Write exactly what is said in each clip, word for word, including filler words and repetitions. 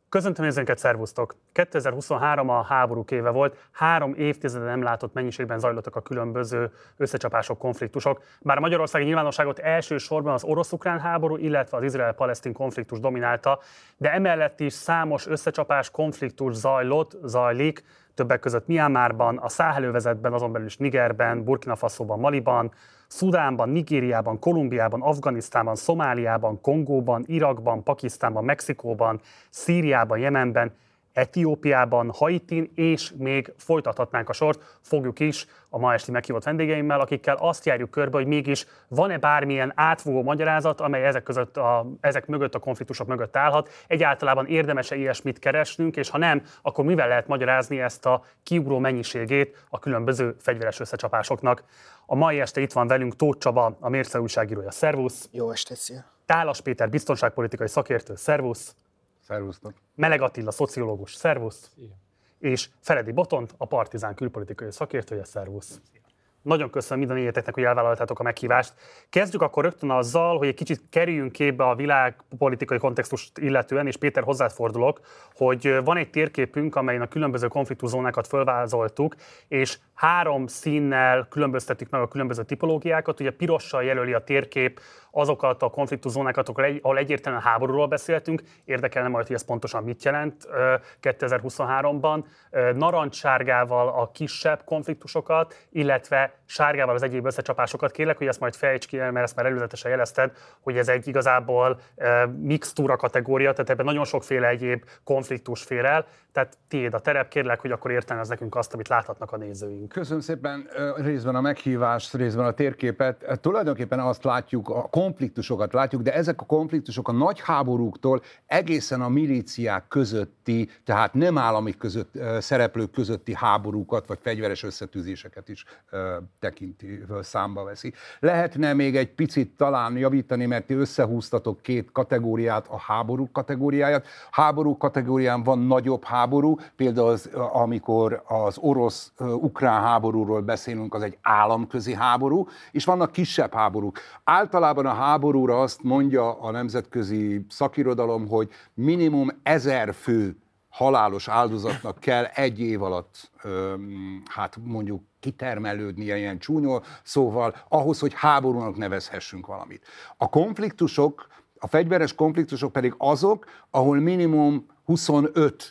Köszöntöm nézőinket, szervusztok! kétezer-huszonhárom a háborúk éve volt, három évtizede nem látott mennyiségben zajlottak a különböző összecsapások, konfliktusok. Bár a magyarországi nyilvánosságot elsősorban az orosz-ukrán háború, illetve az izrael-palesztin konfliktus dominálta, de emellett is számos összecsapás, konfliktus zajlott, zajlik, többek között Mianmarban, a Száhelövezetben, azon belül is Nigerben, Burkina Fasoban, Maliban, Szudánban, Nigériában, Kolumbiában, Afganisztánban, Szomáliában, Kongóban, Irakban, Pakisztánban, Mexikóban, Szíriában, Jemenben, Etiópiában, Haitin, és még folytathatnánk a sort, fogjuk is a ma esti meghívott vendégeimmel, akikkel azt járjuk körbe, hogy mégis van-e bármilyen átfogó magyarázat, amely ezek, között a, ezek mögött a konfliktusok mögött állhat. Egyáltalán érdemes-e ilyesmit keresnünk, és ha nem, akkor mivel lehet magyarázni ezt a kiugró mennyiségét a különböző fegyveres összecsapásoknak. A mai este itt van velünk Tóth Csaba, a Mérce újságírója. Szervusz! Jó estét, szia! Tálas Péter, biztonságpolitikai szakértő. Szervusz! Szervusztok! Meleg Attila, szociológus. Szervusz! Igen. És Feledi Botont, a Partizán külpolitikai szakértője. Szervusz! Nagyon köszönöm minden négyeteknek, hogy elvállaltátok a meghívást. Kezdjük akkor rögtön azzal, hogy egy kicsit kerüljünk képbe a világpolitikai kontextust illetően, és Péter, hozzád fordulok, hogy van egy térképünk, amelyen a különböző konfliktuszónákat fölvázoltuk, és három színnel különböztetjük meg a különböző tipológiákat. Ugye pirossal jelöli a térkép azokat a konfliktuszónákat, ahol egyértelműen háborúról beszéltünk. Érdekelne majd, hogy ez pontosan mit jelent kétezer-huszonháromban. Narancssárgával a kisebb konfliktusokat, illetve sárgával az egyéb összecsapásokat. Kérlek, hogy ezt majd fejtsd ki, mert ezt már előzetesen jelezted, hogy ez egy igazából mixtúra kategória, tehát ebben nagyon sokféle egyéb konfliktus fér el. Tehát tiéd a terep, kérlek, hogy akkor értelmezz nekünk azt, amit láthatnak a nézőink. Köszönöm szépen részben a meghívást, részben a térképet. Tulajdonképpen azt látjuk, a konfliktusokat látjuk, de ezek a konfliktusok a nagy háborúktól egészen a milíciák közötti, tehát nem állami között, szereplők közötti háborúkat, vagy fegyveres összetűzéseket is tekinti, számba veszi. Lehetne még egy picit talán javítani, mert ti összehúztatok két kategóriát, a háborúk kategóriáját. Háborúk kategórián van nagyobb háború, például az, amikor az orosz-ukrán háborúról beszélünk, az egy államközi háború, és vannak kisebb háborúk. Általában a háborúra azt mondja a nemzetközi szakirodalom, hogy minimum ezer fő halálos áldozatnak kell egy év alatt, hát mondjuk kitermelődnie ilyen csúnyol, szóval ahhoz, hogy háborúnak nevezhessünk valamit. A konfliktusok, a fegyveres konfliktusok pedig azok, ahol minimum huszonöt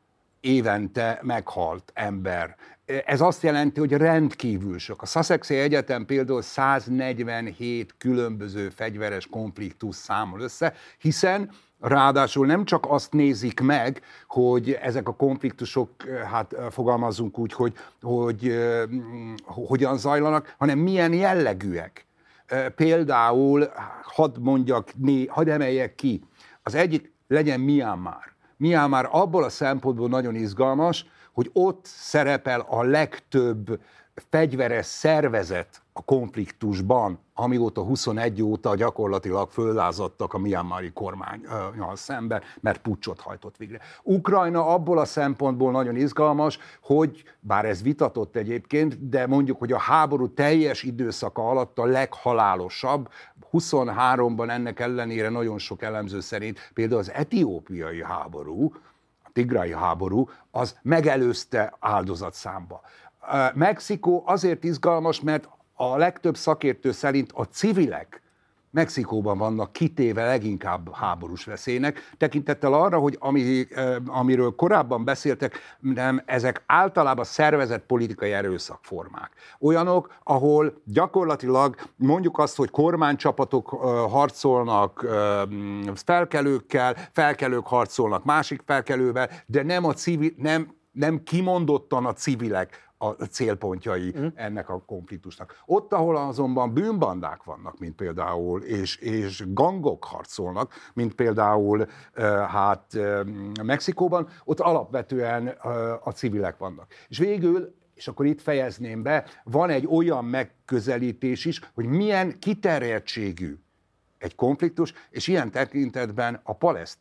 évente meghalt ember. Ez azt jelenti, hogy rendkívül sok. A Sussexi Egyetem például száznegyvenhét különböző fegyveres konfliktus számol össze, hiszen ráadásul nem csak azt nézik meg, hogy ezek a konfliktusok, hát fogalmazzunk úgy, hogy, hogy uh, hogyan zajlanak, hanem milyen jellegűek. Uh, például, hadd mondjak, né, hadd emeljek ki, az egyik legyen Mianmar. Mianmar abból a szempontból nagyon izgalmas, hogy ott szerepel a legtöbb fegyveres szervezet a konfliktusban, amióta huszonegy óta gyakorlatilag föllázadtak a mianmari kormánnyal szemben, mert puccsot hajtott végre. Ukrajna abból a szempontból nagyon izgalmas, hogy, bár ez vitatott egyébként, de mondjuk, hogy a háború teljes időszaka alatt a leghalálosabb, huszonháromban ennek ellenére nagyon sok elemző szerint például az etiópiai háború, a tigrai háború, az megelőzte áldozatszámba. Mexikó azért izgalmas, mert a legtöbb szakértő szerint a civilek Mexikóban vannak kitéve leginkább háborús veszélynek, tekintettel arra, hogy ami, amiről korábban beszéltek, nem, ezek általában szervezett politikai erőszakformák. Olyanok, ahol gyakorlatilag mondjuk azt, hogy kormánycsapatok harcolnak felkelőkkel, felkelők harcolnak másik felkelővel, de nem, a civil, nem, nem kimondottan a civilek a célpontjai mm. ennek a konfliktusnak. Ott, ahol azonban bűnbandák vannak, mint például, és, és gangok harcolnak, mint például hát Mexikóban, ott alapvetően a civilek vannak. És végül, és akkor itt fejezném be, van egy olyan megközelítés is, hogy milyen kiterjedtségű egy konfliktus, és ilyen tekintetben a palesztin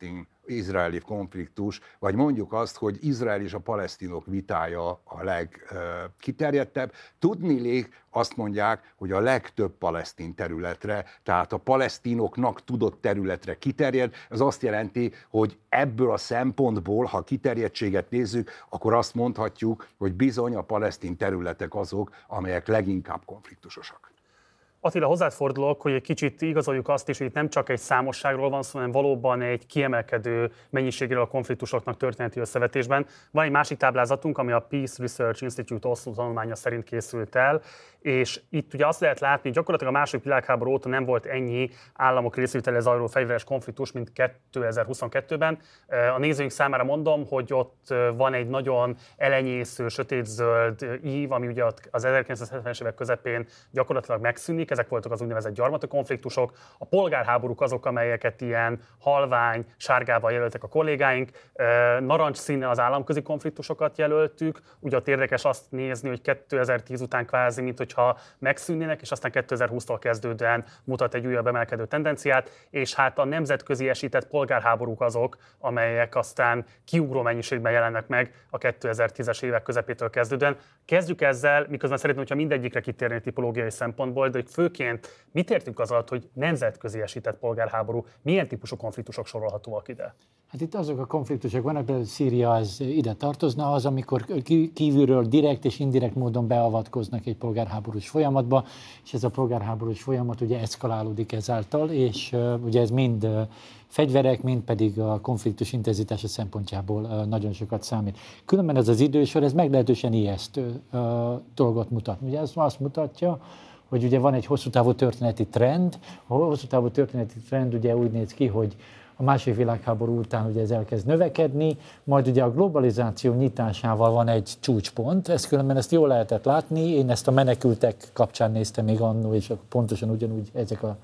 izraeli konfliktus, vagy mondjuk azt, hogy Izrael és a palesztinok vitája a legkiterjedtebb. Tudniillik azt mondják, hogy a legtöbb palesztin területre, tehát a palesztinoknak tudott területre kiterjed. Ez azt jelenti, hogy ebből a szempontból, ha kiterjedtséget nézzük, akkor azt mondhatjuk, hogy bizony a palesztin területek azok, amelyek leginkább konfliktusosak. Attila, hozzád fordulok, hogy egy kicsit igazoljuk azt is, hogy itt nem csak egy számosságról van szó, hanem valóban egy kiemelkedő mennyiségéről a konfliktusoknak történeti összevetésben. Van egy másik táblázatunk, ami a Peace Research Institute Oslo tanulmánya szerint készült el, és itt ugye azt lehet látni, hogy gyakorlatilag a második világháború óta nem volt ennyi államok részvétele zajló fegyveres konfliktus, mint kétezer-huszonkettőben. A nézőink számára mondom, hogy ott van egy nagyon elenyésző, sötétzöld ív, ami ugye az ezerkilencszázhetvenes évek közepén gyakorlatilag megszűnik. Ezek voltak az úgynevezett gyarmati konfliktusok. A polgárháborúk azok, amelyeket ilyen halvány, sárgával jelöltek a kollégáink. Narancs színnel az államközi konfliktusokat jelöltük. Ugye ott érdekes azt nézni, hogy kétezer-tíz után kvázi, mint hogyha megszűnnének, és aztán kétezer-húsztól kezdődően mutat egy újabb emelkedő tendenciát, és hát a nemzetközi esített polgárháborúk azok, amelyek aztán kiugró mennyiségben jelennek meg a kétezer-tízes évek közepétől kezdődően. Kezdjük ezzel, miközben szeretném, hogyha mindegyikre kitérni tipológiai szempontból, de hogy főként mit értünk az alatt, hogy nemzetközi esített polgárháború, milyen típusú konfliktusok sorolhatóak ide? Hát itt azok a konfliktusok vannak, például Szíria az ide tartozna, az, amikor kívülről direkt és indirekt módon beavatkoznak egy polgárháborús folyamatba, és ez a polgárháborús folyamat ugye eszkalálódik ezáltal, és uh, ugye ez mind uh, fegyverek, mind pedig a konfliktus intenzitása szempontjából uh, nagyon sokat számít. Különben ez az idősor, ez meglehetősen ijesztő uh, dolgot mutat. Ugye ez azt mutatja, hogy ugye van egy hosszú távú történeti trend, a hosszú távú történeti trend ugye úgy néz ki, hogy a második világháború után ugye ez elkezd növekedni, majd ugye a globalizáció nyitásával van egy csúcspont, ezt különben ezt jól lehetett látni, én ezt a menekültek kapcsán néztem még annól, és pontosan ugyanúgy ezek a,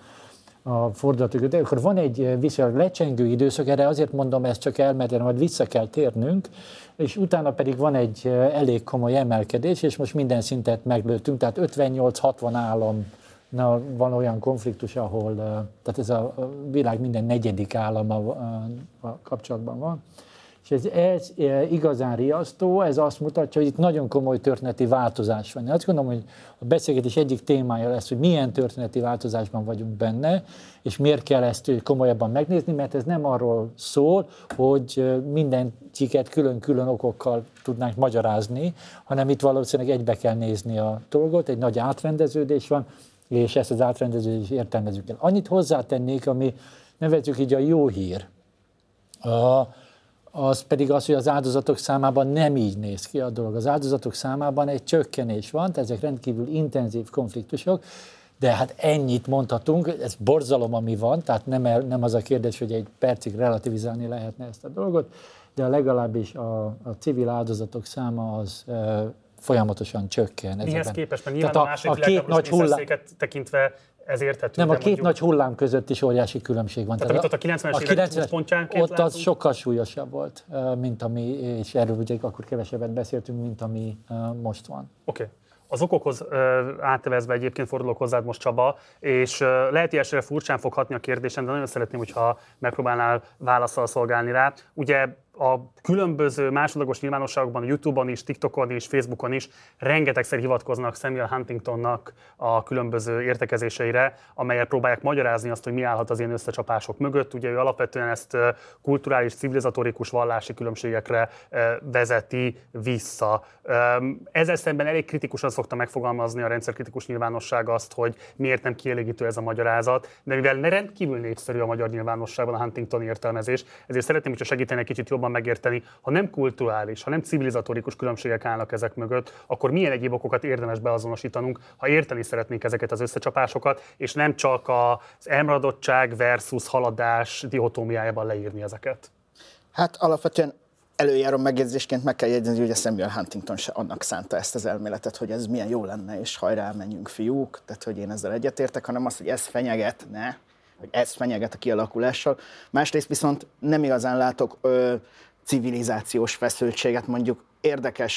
a fordulatok. De akkor van egy viszonylag lecsengő időszak, erre azért mondom ezt csak el, mert majd vissza kell térnünk, és utána pedig van egy elég komoly emelkedés, és most minden szintet meglőttünk, tehát ötvennyolc-hatvan állam. Na, van olyan konfliktus, ahol, tehát ez a világ minden negyedik állama kapcsolatban van. És ez, ez igazán riasztó, ez azt mutatja, hogy itt nagyon komoly történeti változás van. Én azt gondolom, hogy a beszélgetés egyik témája lesz, hogy milyen történeti változásban vagyunk benne, és miért kell ezt komolyabban megnézni, mert ez nem arról szól, hogy minden cikket külön-külön okokkal tudnánk magyarázni, hanem itt valószínűleg egybe kell nézni a dolgot, egy nagy átrendeződés van, és ezt az átrendeződést értelmezzük el. Annyit hozzátennék, ami nevezzük így a jó hír, a, az pedig az, hogy az áldozatok számában nem így néz ki a dolog. Az áldozatok számában egy csökkenés van, tehát ezek rendkívül intenzív konfliktusok, de hát ennyit mondhatunk, ez borzalom, ami van, tehát nem, nem az a kérdés, hogy egy percig relativizálni lehetne ezt a dolgot, de legalábbis a, a civil áldozatok száma az folyamatosan csökken. Mihez képest, mert nyilván a, a második világháborús visszaszéket tekintve ez érthető. Nem, a két mondjuk... nagy hullám között is óriási különbség van. Tehát, tehát a, a kilencvenes évek csúcspontjánként ott látunk? Az sokkal súlyosabb volt, mint ami, és erről ugye akkor kevesebbet beszéltünk, mint ami most van. Oké. Okay. Az okokhoz átvezve egyébként fordulok hozzád most, Csaba, és lehet ilyesre furcsán fog hatni a kérdésen, de nagyon szeretném, hogyha megpróbálnál válaszsal szolgálni rá. Ugye a különböző másodlagos nyilvánosságokban, a YouTube-on is, TikTokon is, Facebookon is rengetegszer hivatkoznak Samuel Huntingtonnak a különböző értekezéseire, amelyel próbálják magyarázni azt, hogy mi állhat az ilyen összecsapások mögött. Ugye ő alapvetően ezt kulturális, civilizatórikus, vallási különbségekre vezeti vissza. Ezzel szemben elég kritikusan szokta megfogalmazni a rendszerkritikus nyilvánosság azt, hogy miért nem kielégítő ez a magyarázat, de mivel rendkívül népszerű a magyar nyilvánosságban a Huntington értelmezés, ezért szeretném, hogyha segíteni egy kicsit jobban megérteni, ha nem kulturális, ha nem civilizatórikus különbségek állnak ezek mögött, akkor milyen egyéb okokat érdemes beazonosítanunk, ha érteni szeretnénk ezeket az összecsapásokat, és nem csak az elmaradottság versus haladás dihotómiájában leírni ezeket. Hát alapvetően előjáró megjegyzésként meg kell jegyezni, hogy a Samuel Huntington se annak szánta ezt az elméletet, hogy ez milyen jó lenne, és hajrá, menjünk fiúk, tehát hogy én ezzel egyetértek, hanem az, hogy ez fenyegetne, hogy ez fenyeget a kialakulással. Másrészt viszont nem igazán látok ö, civilizációs feszültséget, mondjuk érdekes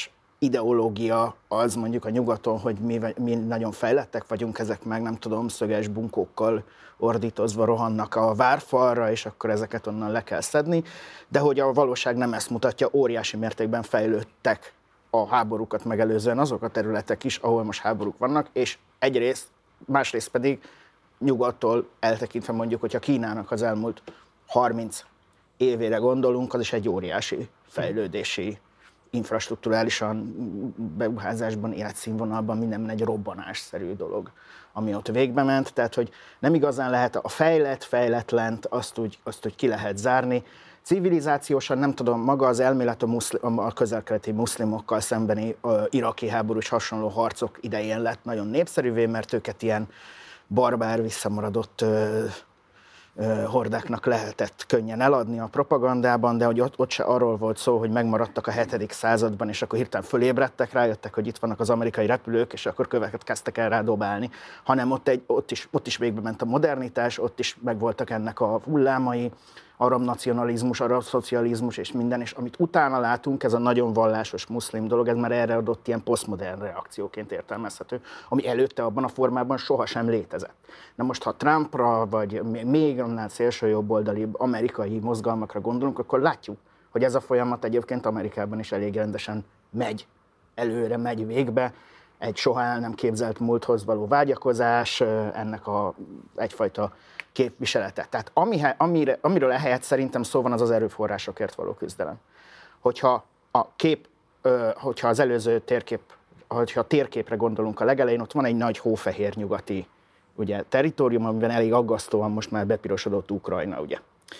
ideológia az mondjuk a nyugaton, hogy mi, mi nagyon fejlettek vagyunk, ezek meg nem tudom, szöges bunkókkal ordítozva rohannak a várfalra, és akkor ezeket onnan le kell szedni, de hogy a valóság nem ezt mutatja, óriási mértékben fejlődtek a háborúkat megelőzően azok a területek is, ahol most háborúk vannak, és egyrészt, másrészt pedig nyugattól eltekintve mondjuk, hogyha Kínának az elmúlt harminc évére gondolunk, az is egy óriási fejlődési, infrastrukturálisan, beruházásban, életszínvonalban mindenben egy robbanásszerű dolog, ami ott végbe ment, tehát hogy nem igazán lehet a fejlett, fejletlent, azt úgy, azt úgy ki lehet zárni. Civilizációsan nem tudom, maga az elmélet a, muszlim, a közel-keleti muszlimokkal szembeni a iraki háború és hasonló harcok idején lett nagyon népszerűvé, mert őket ilyen barbár, visszamaradott ö, ö, hordáknak lehetett könnyen eladni a propagandában, de hogy ott, ott se arról volt szó, hogy megmaradtak a hetedik században, és akkor hirtelen fölébredtek, rájöttek, hogy itt vannak az amerikai repülők, és akkor köveket kezdtek el rádobálni, hanem ott, egy, ott, is, ott is végbe ment a modernitás, ott is megvoltak ennek a hullámai, arab nacionalizmus, arab szocializmus és minden, és amit utána látunk, ez a nagyon vallásos muszlim dolog, ez már erre adott ilyen posztmodern reakcióként értelmezhető, ami előtte abban a formában sohasem létezett. Na most, ha Trumpra, vagy még annál szélsőjobboldali amerikai mozgalmakra gondolunk, akkor látjuk, hogy ez a folyamat egyébként Amerikában is elég rendesen megy előre, megy végbe, egy soha el nem képzelt múlthoz való vágyakozás, ennek a egyfajta képviselete. Tehát ami, amire, amiről ehelyett szerintem szó van, az az erőforrásokért való küzdelem. Hogyha a kép, hogyha az előző térkép, hogyha a térképre gondolunk a legelején, ott van egy nagy hófehér nyugati ugye, territórium, amiben elég aggasztóan most már bepirosodott Ukrajna, ugye.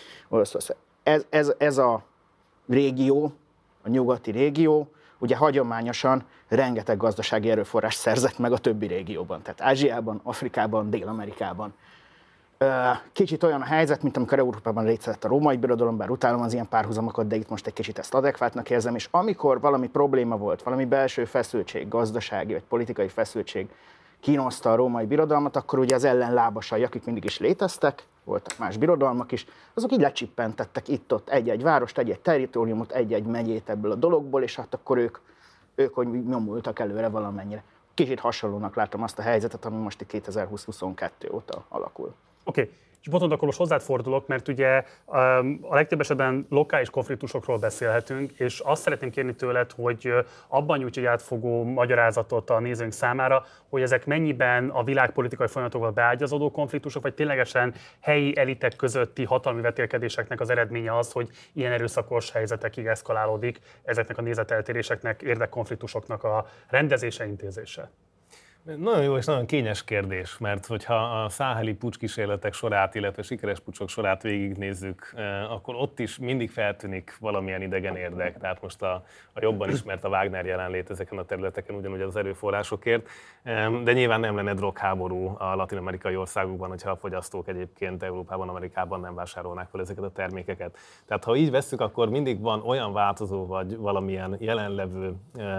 Ez, ez, ez a régió, a nyugati régió, ugye hagyományosan rengeteg gazdasági erőforrás szerzett meg a többi régióban, tehát Ázsiában, Afrikában, Dél-Amerikában. Kicsit olyan a helyzet, mint amikor Európában létezett a római birodalom, bár utálom az ilyen párhuzamokat, de itt most egy kicsit ezt adekvátnak érzem, és amikor valami probléma volt, valami belső feszültség, gazdasági vagy politikai feszültség kínoszta a római birodalmat, akkor ugye az ellenlábasai, akik mindig is léteztek, voltak más birodalmak is, azok így lecsippentettek itt-ott egy-egy várost, egy-egy territóriumot, egy-egy megyét ebből a dologból, és hát akkor ők, ők hogy nyomultak előre valamennyire. Kicsit hasonlónak látom azt a helyzetet, ami most itt kétezer-húsz-huszonkettő óta alakul. Oké, okay. És Botond, akkor most hozzád fordulok, mert ugye a legtöbb esetben lokális konfliktusokról beszélhetünk, és azt szeretném kérni tőled, hogy abban nyújts egy átfogó magyarázatot a nézőink számára, hogy ezek mennyiben a világpolitikai folyamatokban beágyazódó konfliktusok, vagy ténylegesen helyi elitek közötti hatalmi vetélkedéseknek az eredménye az, hogy ilyen erőszakos helyzetekig eszkalálódik ezeknek a nézeteltéréseknek, érdekkonfliktusoknak a rendezése, intézése. Nagyon jó és nagyon kényes kérdés, mert hogyha a száheli pucskísérletek sorát, illetve sikeres pucsok sorát végignézzük, akkor ott is mindig feltűnik valamilyen idegen érdek. Tehát most a, a jobban ismert a Wagner jelenlét ezeken a területeken, ugyanúgy az erőforrásokért, de nyilván nem lenne drogháború a latin-amerikai országokban, hogyha a fogyasztók egyébként Európában, Amerikában nem vásárolnák fel ezeket a termékeket. Tehát ha így vesszük, akkor mindig van olyan változó vagy valamilyen jelenlevő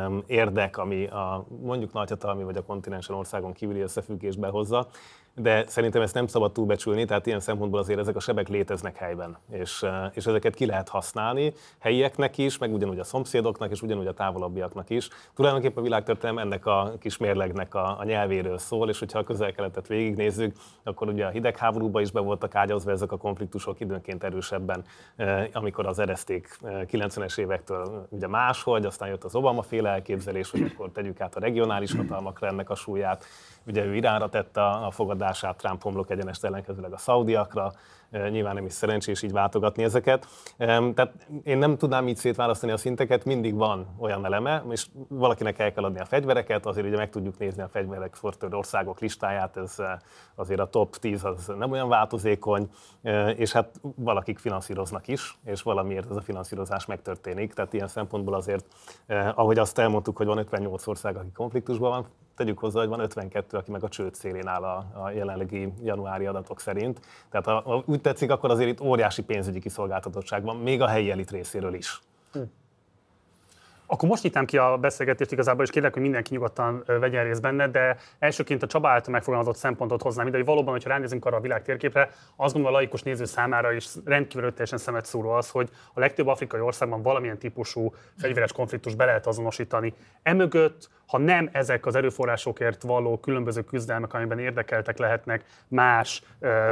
érdek, ami a mondjuk nagyhatalmi vagy a kontinens országon kívüli összefüggésbe hozza, de szerintem ezt nem szabad túlbecsülni, tehát ilyen szempontból azért ezek a sebek léteznek helyben, és, és ezeket ki lehet használni helyieknek is, meg ugyanúgy a szomszédoknak, és ugyanúgy a távolabbiaknak is. Tulajdonképpen a világtörténelem ennek a kis mérlegnek a, a nyelvéről szól, és hogyha a közel-keletet végignézzük, akkor ugye a hidegháborúban is be voltak ágyazva ezek a konfliktusok időnként erősebben, amikor az ereszték kilencvenes évektől ugye máshogy, aztán jött az Obama-féle elképzelés, hogy akkor tegyük át a regionális hatalmakra ennek a súlyát. Ugye ő Iránra tette a fogadását, Trump homlok egyenest ellenkezőleg a szaudiakra, nyilván nem is szerencsés így váltogatni ezeket. Tehát én nem tudnám így szétválasztani a szinteket, mindig van olyan eleme, és valakinek el kell adni a fegyvereket, azért ugye meg tudjuk nézni a fegyverexportőr országok listáját, ez azért a top tíz az nem olyan változékony, és hát valakik finanszíroznak is, és valamiért ez a finanszírozás megtörténik, tehát ilyen szempontból azért, ahogy azt elmondtuk, hogy van ötvennyolc ország, aki konfliktusban van, tegyük hozzá, hogy van ötvenkettő, aki meg a csőd szélén áll a, a jelenlegi januári adatok szerint. Tehát ha úgy tetszik, akkor azért itt óriási pénzügyi kiszolgáltatottság van, még a helyi elit részéről is. Hm. Akkor most nyitnám ki a beszélgetést igazából, és kérlek, hogy mindenki nyugodtan vegyen részt benne, de elsőként a Csaba által megfogalmazott szempontot hoznám ide, hogy valóban, hogyha ránézünk arra a világ térképre, azt gondolom a laikus néző számára is rendkívül teljesen szemet szúró az, hogy a legtöbb afrikai országban valamilyen típusú fegyveres konfliktus be lehet azonosítani. Emögött, ha nem ezek az erőforrásokért való különböző küzdelmek, amiben érdekeltek lehetnek más ö,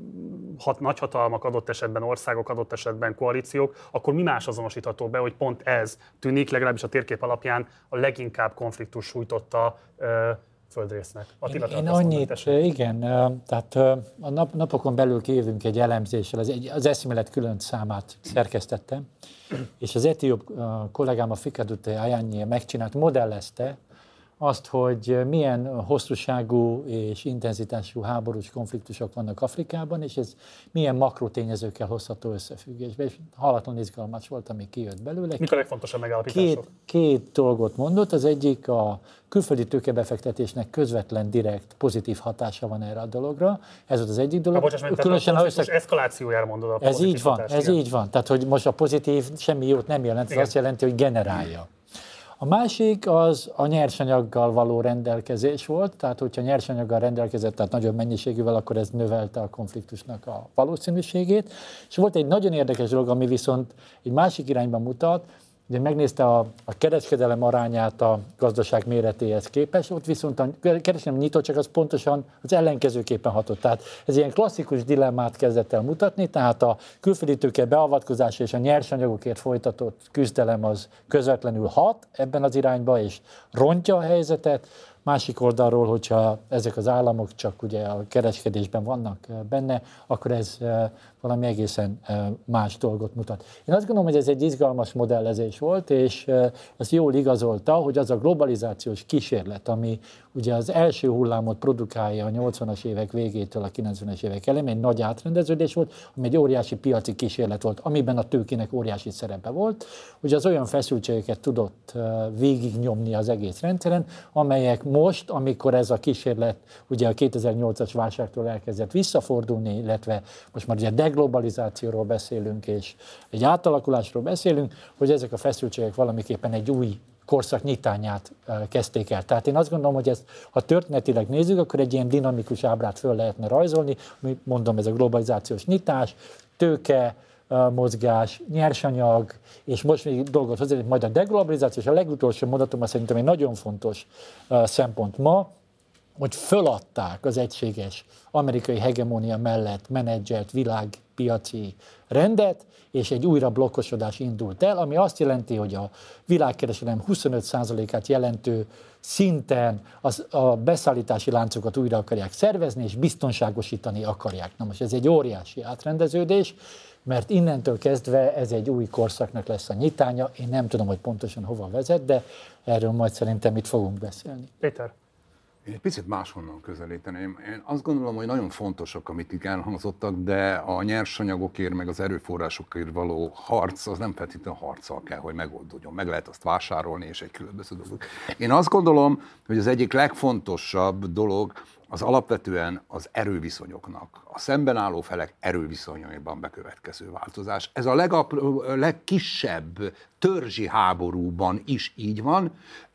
hat, nagyhatalmak, adott esetben országok, adott esetben koalíciók, akkor mi más azonosítható be, hogy pont ez tűnik, legalábbis a térkép alapján a leginkább konfliktus sújtotta ö, földrésznek. Attila, én, én annyit, igen, tehát a nap, napokon belül kijövünk egy elemzéssel, az, az eszmélet külön számát szerkesztettem, és az etióp kollégám, a Fikadute Ayanye megcsinált, modellezte azt, hogy milyen hosszúságú és intenzitású háborús konfliktusok vannak Afrikában, és ez milyen makrotényezőkkel hozható összefüggésbe. És halatlan izgalmas volt, ami kijött belőle. Mik a legfontosabb megállapítások? Két, két dolgot mondott. Az egyik a külföldi tőkebefektetésnek közvetlen, direkt, pozitív hatása van erre a dologra. Ez volt az egyik dolog. Ha, bocsáss, Különösen a konfliktus eszkalációjára mondod a Ez így van, hatást, ez igen. így van. Tehát, hogy most a pozitív semmi jót nem jelent, ez azt jelenti, hogy generálja. A másik az a nyersanyaggal való rendelkezés volt, tehát hogyha nyersanyaggal rendelkezett, tehát nagyobb mennyiségűvel, akkor ez növelte a konfliktusnak a valószínűségét. És volt egy nagyon érdekes dolog, ami viszont egy másik irányba mutat, ugye megnézte a, a kereskedelem arányát a gazdaság méretéhez képest, ott viszont a kereskedelem nyitottság az pontosan az ellenkezőképpen hatott. Tehát ez ilyen klasszikus dilemmát kezdett el mutatni, tehát a külföldi tőke beavatkozása és a nyersanyagokért folytatott küzdelem az közvetlenül hat ebben az irányba, és rontja a helyzetet. Másik oldalról, hogyha ezek az államok csak ugye a kereskedésben vannak benne, akkor ez valami egészen más dolgot mutat. Én azt gondolom, hogy ez egy izgalmas modellezés volt, és az jól igazolta, hogy az a globalizációs kísérlet, ami ugye az első hullámot produkálja a nyolcvanas évek végétől a kilencvenes évek elején, egy nagy átrendeződés volt, ami egy óriási piaci kísérlet volt, amiben a tőkének óriási szerepe volt, hogy az olyan feszültségeket tudott végignyomni az egész rendszeren, amelyek most, amikor ez a kísérlet ugye a kétezer-nyolcas válságtól elkezdett visszafordulni, illetve most már ugye deglobalizációról beszélünk, és egy átalakulásról beszélünk, hogy ezek a feszültségek valamiképpen egy új korszak nyitányát kezdték el. Tehát én azt gondolom, hogy ezt, ha történetileg nézzük, akkor egy ilyen dinamikus ábrát föl lehetne rajzolni, mondom, ez a globalizációs nyitás, tőke, mozgás, nyersanyag, és most még dolgot hozzá, majd a deglobalizáció, és a legutolsó mondatom, azt szerintem egy nagyon fontos szempont ma, hogy föladták az egységes amerikai hegemónia mellett menedzselt világpiaci rendet, és egy újra blokkosodás indult el, ami azt jelenti, hogy a világkereskedelem huszonöt százalékát jelentő szinten az, a beszállítási láncokat újra akarják szervezni, és biztonságosítani akarják. Na most ez egy óriási átrendeződés, mert innentől kezdve ez egy új korszaknak lesz a nyitánya. Én nem tudom, hogy pontosan hova vezet, de erről majd szerintem itt fogunk beszélni. Péter. Én egy picit máshonnan közelíteném. Én azt gondolom, hogy nagyon fontosak, amit itt elhangzottak, de a nyersanyagokért, meg az erőforrásokért való harc, az nem feltétlenül harccal kell, hogy megoldódjon. Meg lehet azt vásárolni, és egy különböző dolog. Én azt gondolom, hogy az egyik legfontosabb dolog az alapvetően az erőviszonyoknak, a szemben álló felek erőviszonyaiban bekövetkező változás. Ez a legapr- legkisebb törzsi háborúban is így van,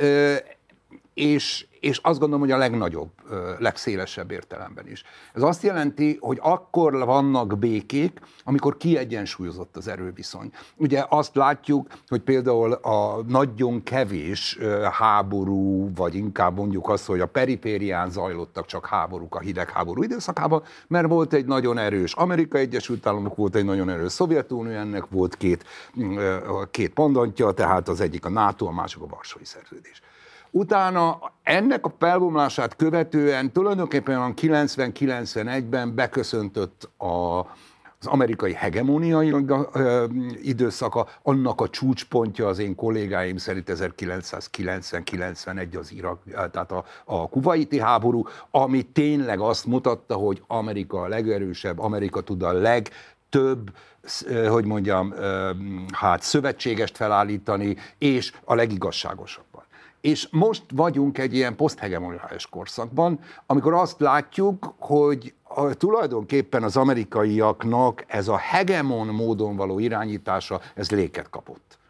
és, és azt gondolom, hogy a legnagyobb, legszélesebb értelemben is. Ez azt jelenti, hogy akkor vannak békék, amikor kiegyensúlyozott az erőviszony. Ugye azt látjuk, hogy például a nagyon kevés háború, vagy inkább mondjuk azt, hogy a periférián zajlottak csak háborúk a hidegháború időszakában, mert volt egy nagyon erős Amerikai Egyesült Államok, volt egy nagyon erős Szovjetunió, ennek volt két, két pandantja, tehát az egyik a NATO, a másik a Varsói Szerződés. Utána ennek a felbomlását követően tulajdonképpen a kilencven-kilencvenegyben beköszöntött a, az amerikai hegemóniai időszaka, annak a csúcspontja az én kollégáim szerint ezerkilencszázkilencven-kilencvenegy az Irak, tehát a, a kuvaiti háború, ami tényleg azt mutatta, hogy Amerika a legerősebb, Amerika tud a legtöbb, hogy mondjam, hát szövetségest felállítani, és a legigazságosabban. És most vagyunk egy ilyen poszthegemoniális korszakban, amikor azt látjuk, hogy a, tulajdonképpen az amerikaiaknak ez a hegemon módon való irányítása, ez léket kapott.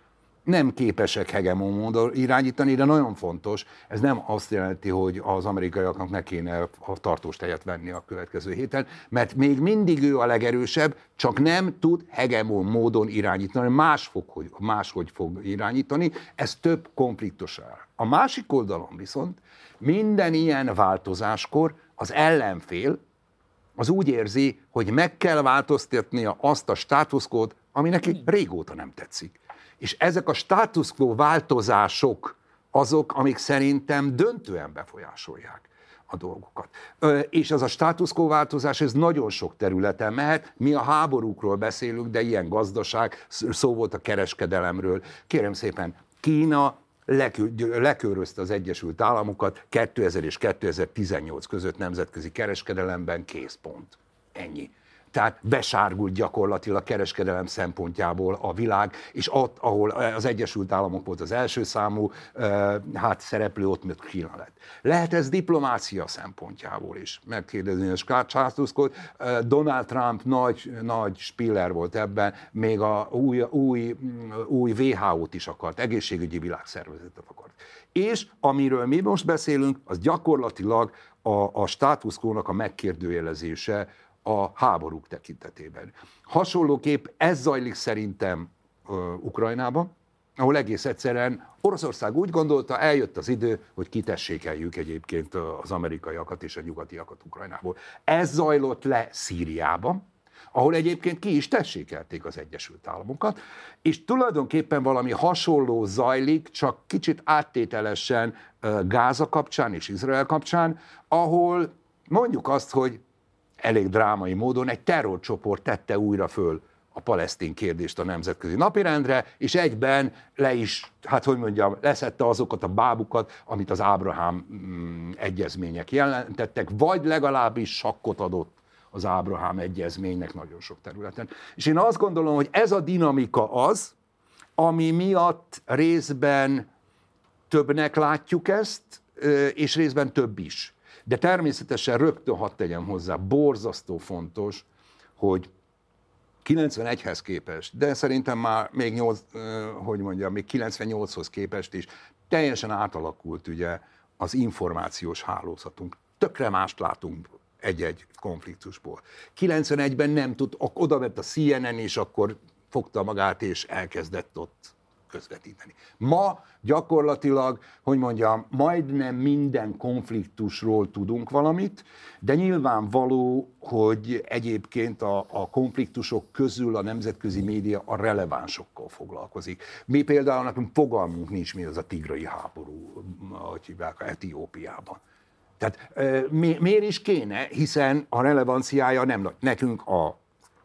nem képesek hegemon módon irányítani, de nagyon fontos, ez nem azt jelenti, hogy az amerikaiaknak ne kéne a tartós tejet venni a következő héten, mert még mindig ő a legerősebb, csak nem tud hegemon módon irányítani, más fog, hogy, máshogy fog irányítani, ez több konfliktusra. A másik oldalon viszont minden ilyen változáskor az ellenfél az úgy érzi, hogy meg kell változtatnia azt a státuszkót, ami neki régóta nem tetszik. És ezek a status quo változások azok, amik szerintem döntően befolyásolják a dolgokat. És az a status quo változás, ez nagyon sok területen mehet. Mi a háborúkról beszélünk, de ilyen gazdaság, szó volt a kereskedelemről. Kérem szépen, Kína lekőrözte az Egyesült Államokat kétezer és kétezer-tizennyolc között nemzetközi kereskedelemben, kész pont. Ennyi. Tehát besárgult gyakorlatilag kereskedelem szempontjából a világ, és ott, ahol az Egyesült Államok volt az első számú hát szereplő, ott még Kína lett. Lehet ez diplomácia szempontjából is megkérdezni a státuszkót. Donald Trump nagy, nagy spiller volt ebben, még a új, új, új vé há ó-t is akart, egészségügyi világszervezetet akart. És amiről mi most beszélünk, az gyakorlatilag a, a státuszkónak a megkérdőjelezése a háborúk tekintetében. Hasonlóképp ez zajlik szerintem uh, Ukrajnában, ahol egész egyszerűen Oroszország úgy gondolta, eljött az idő, hogy kitessékeljük egyébként az amerikaiakat és a nyugatiakat Ukrajnából. Ez zajlott le Szíriában, ahol egyébként ki is tessékelték az Egyesült Államokat, és tulajdonképpen valami hasonló zajlik, csak kicsit áttételesen uh, Gáza kapcsán és Izrael kapcsán, ahol mondjuk azt, hogy elég drámai módon egy terrorcsoport tette újra föl a palesztin kérdést a nemzetközi napirendre, és egyben le is, hát hogy mondjam, leszette azokat a bábukat, amit az Ábrahám mm, egyezmények jelentettek, vagy legalábbis sakkot adott az Ábrahám egyezménynek nagyon sok területen. És én azt gondolom, hogy ez a dinamika az, ami miatt részben többnek látjuk ezt, és részben több is. De természetesen rögtön hadd tegyem hozzá, borzasztó fontos, hogy kilencvenegyhez képest, de szerintem már még, nyolc, hogy mondjam, még kilencvennyolchoz képest is teljesen átalakult ugye az információs hálózatunk. Tökre mást látunk egy-egy konfliktusból. kilencvenegyben nem tud, oda vett a cé en en, és akkor fogta magát, és elkezdett ott közvetíteni. Ma gyakorlatilag, hogy mondjam, majdnem minden konfliktusról tudunk valamit, de nyilvánvaló, hogy egyébként a, a konfliktusok közül a nemzetközi média a relevánsokkal foglalkozik. Mi például nekünk fogalmunk nincs, mi az a tigrai háború, ahogy hívják, Etiópiában. Tehát mi, miért is kéne, hiszen a relevanciája nem nagy. Nekünk a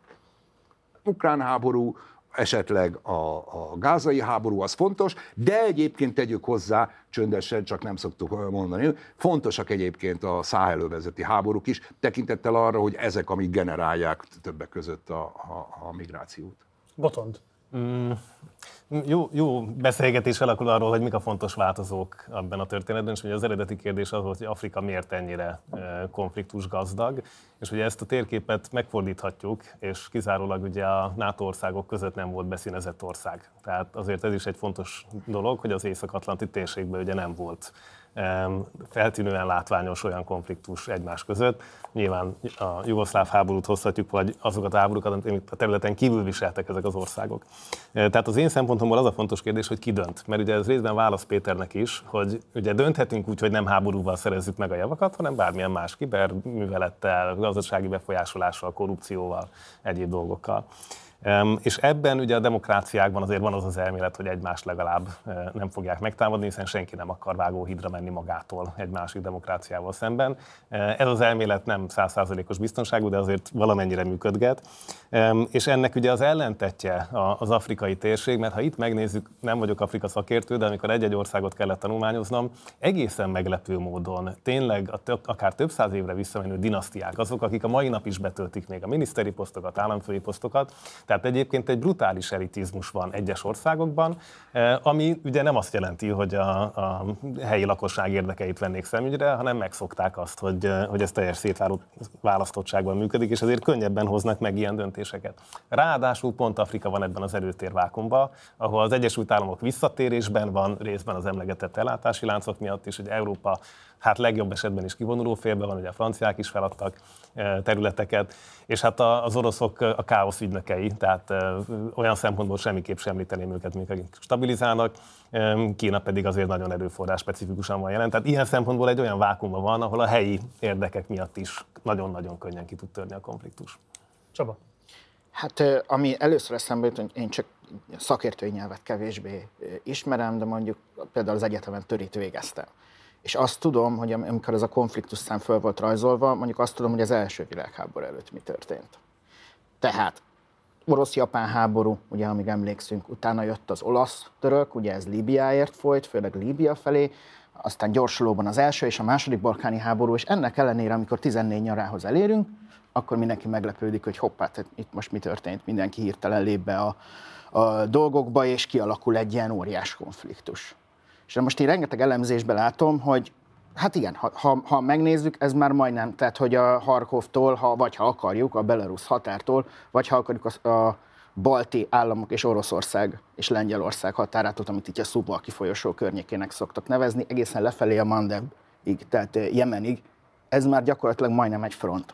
ukrán háború, esetleg a, a gázai háború az fontos, de egyébként tegyük hozzá, csöndesen, csak nem szoktuk mondani, fontosak egyébként a száhelövezeti háborúk is, tekintettel arra, hogy ezek, amik generálják többek között a, a, a migrációt. Botond. Mm, jó, jó beszélgetés alakul arról, hogy mik a fontos változók abban a történetben, és ugye az eredeti kérdés az volt, hogy Afrika miért ennyire konfliktus gazdag, és ugye ezt a térképet megfordíthatjuk, és kizárólag ugye a NATO országok között nem volt beszínezett ország. Tehát azért ez is egy fontos dolog, hogy az Észak-Atlanti térségben ugye nem volt feltűnően látványos olyan konfliktus egymás között. Nyilván a jugoszláv háborút hozhatjuk, vagy azokat a háborúkat, amit a területen kívül viseltek ezek az országok. Tehát az én szempontomból az a fontos kérdés, hogy ki dönt. Mert ugye ez részben válasz Péternek is, hogy ugye dönthetünk úgy, hogy nem háborúval szerezzük meg a javakat, hanem bármilyen más kiberművelettel, gazdasági befolyásolással, korrupcióval, egyéb dolgokkal. Um, és ebben ugye a demokráciákban azért van az az elmélet, hogy egymást legalább uh, nem fogják megtámadni, hiszen senki nem akar vágóhídra menni magától egy másik demokráciával szemben. Uh, ez az elmélet nem száz százalékos biztonságú, de azért valamennyire működget. Um, és ennek ugye az ellentetje az afrikai térség, mert ha itt megnézzük, nem vagyok Afrika szakértő, de amikor egy-egy országot kellett tanulmányoznom, egészen meglepő módon tényleg a tök, akár több száz évre visszamenő dinasztiák, azok, akik a mai nap is betöltik még a miniszteri posztokat, államfői posztokat, Tehát egyébként egy brutális elitizmus van egyes országokban, ami ugye nem azt jelenti, hogy a, a helyi lakosság érdekeit vennék szemügyre, hanem megszokták azt, hogy, hogy ez teljes szétválasztottságban működik, és ezért könnyebben hoznak meg ilyen döntéseket. Ráadásul pont Afrika van ebben az erőtérvákumban, ahol az Egyesült Államok visszatérésben van, részben az emlegetett ellátási láncok miatt is, hogy Európa hát legjobb esetben is kivonuló félben van, ugye a franciák is feladtak területeket, és hát az oroszok a káosz ügynökei, tehát olyan szempontból semmiképp sem említeném őket, mikor stabilizálnak, Kína pedig azért nagyon erőforrás specifikusan van jelen, tehát ilyen szempontból egy olyan vákuumban van, ahol a helyi érdekek miatt is nagyon-nagyon könnyen ki tud törni a konfliktus. Csaba? Hát ami először eszembe jut, hogy én csak szakértői nyelvet kevésbé ismerem, de mondjuk például az egyetemen törít végeztem. És azt tudom, hogy amikor ez a konfliktus szám föl volt rajzolva, mondjuk azt tudom, hogy az első világháború előtt mi történt. Tehát orosz-japán háború, ugye amíg emlékszünk, utána jött az olasz-török, ugye ez Líbiáért folyt, főleg Líbia felé, aztán gyorsulóban az első és a második balkáni háború, és ennek ellenére, amikor tizennégy nyarához elérünk, akkor mindenki meglepődik, hogy hoppá, itt most mi történt, mindenki hirtelen lép be a, a dolgokba, és kialakul egy ilyen óriás konfliktus. És most én rengeteg elemzésben látom, hogy hát igen, ha, ha, ha megnézzük, ez már majdnem, tehát hogy a Harkovtól, ha, vagy ha akarjuk, a belarusz határtól, vagy ha akarjuk a, a balti államok és Oroszország és Lengyelország határától, amit itt a Szubvalki folyosó környékének szoktak nevezni, egészen lefelé a Mandebig, tehát Jemenig, ez már gyakorlatilag majdnem egy front.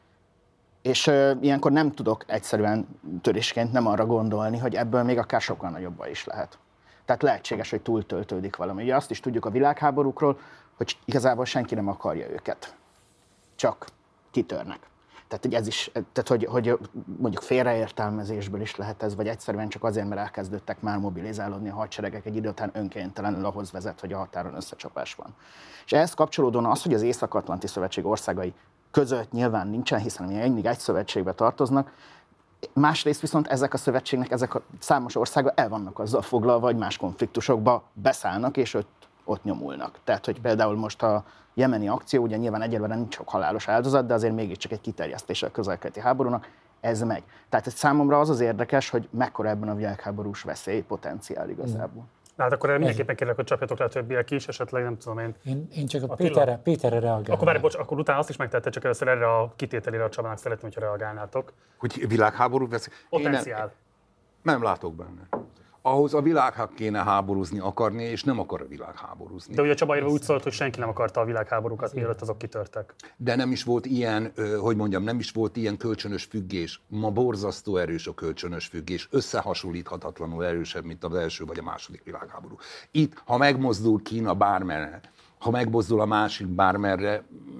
És uh, ilyenkor nem tudok egyszerűen törésként nem arra gondolni, hogy ebből még akár sokkal nagyobb baj is lehet. Tehát lehetséges, hogy túltöltődik valami. Ugye azt is tudjuk a világháborúkról, hogy igazából senki nem akarja őket. Csak kitörnek. Tehát, hogy ez is, tehát, hogy, hogy mondjuk félreértelmezésből is lehet ez, vagy egyszerűen csak azért, mert elkezdődtek már mobilizálódni a hadseregek egy idő után önkéntelenül ahhoz vezet, hogy a határon összecsapás van. És ehhez kapcsolódóan az, hogy az Észak-Atlanti Szövetség országai között nyilván nincsen, hiszen mindig egy szövetségbe tartoznak, másrészt viszont ezek a szövetségnek, ezek a számos országa el vannak azzal foglalva, hogy más konfliktusokba beszállnak, és ott, ott nyomulnak. Tehát, hogy például most a jemeni akció, ugye nyilván egyelőre nincs sok halálos áldozat, de azért mégiscsak egy kiterjesztése a közel-keleti háborúnak, ez megy. Tehát számomra az az érdekes, hogy mekkora ebben a világháborús veszély potenciál igazából. Na hát akkor mindenképpen kérlek, hogy csapjatok le a többiek is, esetleg nem tudom én. Én, én csak a Péterre, Péterre reagálnám. Akkor várj, bocs, akkor utána azt is megtette, csak először erre a kitételére a Csabának szeretném, hogyha reagálnátok. Hogy világháború vesz. Potenciál. Nem, nem látok benne. Ahhoz a világ kéne háborúzni akarni, és nem akar a világ háborúzni. De ugye Csaba írva úgy szólt, hogy senki nem akarta a világháborúkat, mielőtt azok kitörtek. De nem is volt ilyen, hogy mondjam, nem is volt ilyen kölcsönös függés. Ma borzasztó erős a kölcsönös függés, összehasonlíthatatlanul erősebb, mint az első vagy a második világháború. Itt, ha megmozdul Kína bármerre, ha megmozdul a másik bármerre,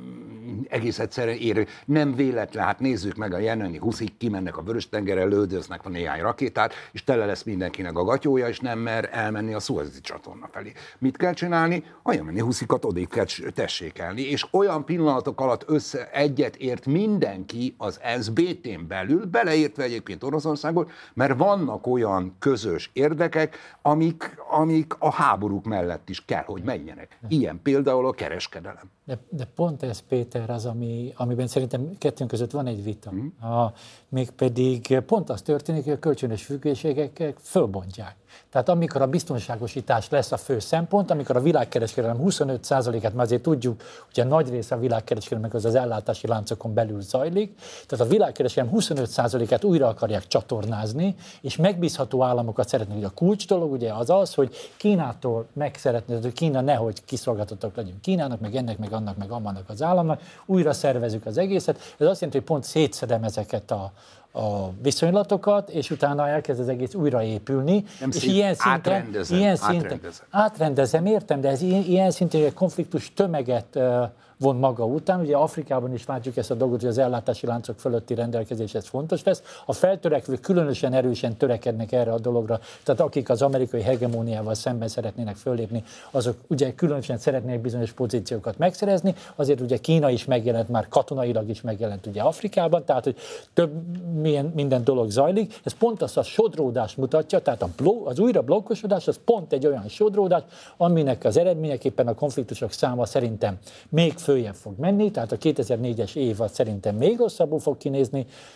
egész egyszerűen ér. Nem véletlen, hát nézzük meg a jemeni huszik, kimennek a Vörös-tengerre, lődöznek a néhány rakétát, és tele lesz mindenkinek a gatyója, és nem mer elmenni a Szuezi csatorna felé. Mit kell csinálni? A jemeni huszikat odébb kell tessékelni, és olyan pillanatok alatt össze egyet ért mindenki az es zé bé té-n belül, beleértve egyébként Oroszországot, mert vannak olyan közös érdekek, amik, amik a háborúk mellett is kell, hogy menjenek. Ilyen például a kereskedelem. De, de pont ez, Péter, az, ami, amiben szerintem kettőnk között van egy vita. Mm. A, mégpedig pont az történik, hogy a kölcsönös függőségek fölbontják. Tehát amikor a biztonságosítás lesz a fő szempont, amikor a világkereskedelem huszonöt százalékát, már azért tudjuk, hogy a nagy része a világkereskedelemnek az az ellátási láncokon belül zajlik, tehát a világkereskedelem huszonöt százalékát újra akarják csatornázni, és megbízható államokat szeretnék. A kulcs dolog ugye az az, hogy Kínától meg szeretnék, hogy Kína nehogy kiszolgáltatottak legyünk Kínának, meg ennek, meg annak, meg amannak az államnak, újra szervezzük az egészet. Ez azt jelenti, hogy pont szétszedem ezeket a a viszonylatokat, és utána elkezd az egész újraépülni. Nem és szép, ilyen szinten, átrendezem, ilyen szinten, átrendezem. átrendezem, értem, de ez ilyen, ilyen szinten egy konfliktus tömeget uh, von maga után. Ugye Afrikában is látjuk ezt a dolgot, hogy az ellátási láncok fölötti rendelkezés ez fontos lesz. A feltörekvők különösen erősen törekednek erre a dologra. Tehát akik az amerikai hegemóniával szemben szeretnének föllépni, azok ugye különösen szeretnének bizonyos pozíciókat megszerezni. Azért ugye Kína is megjelent, már katonailag is megjelent ugye Afrikában, tehát hogy több milyen, minden dolog zajlik. Ez pont azt a sodródást mutatja, tehát a blok, az újra blokkosodás az pont egy olyan sodródás, aminek az eredményeképpen a konfliktusok száma szerintem még följebb fog menni, tehát a kétezer-négyes év szerintem még rosszabbul fog kinézni.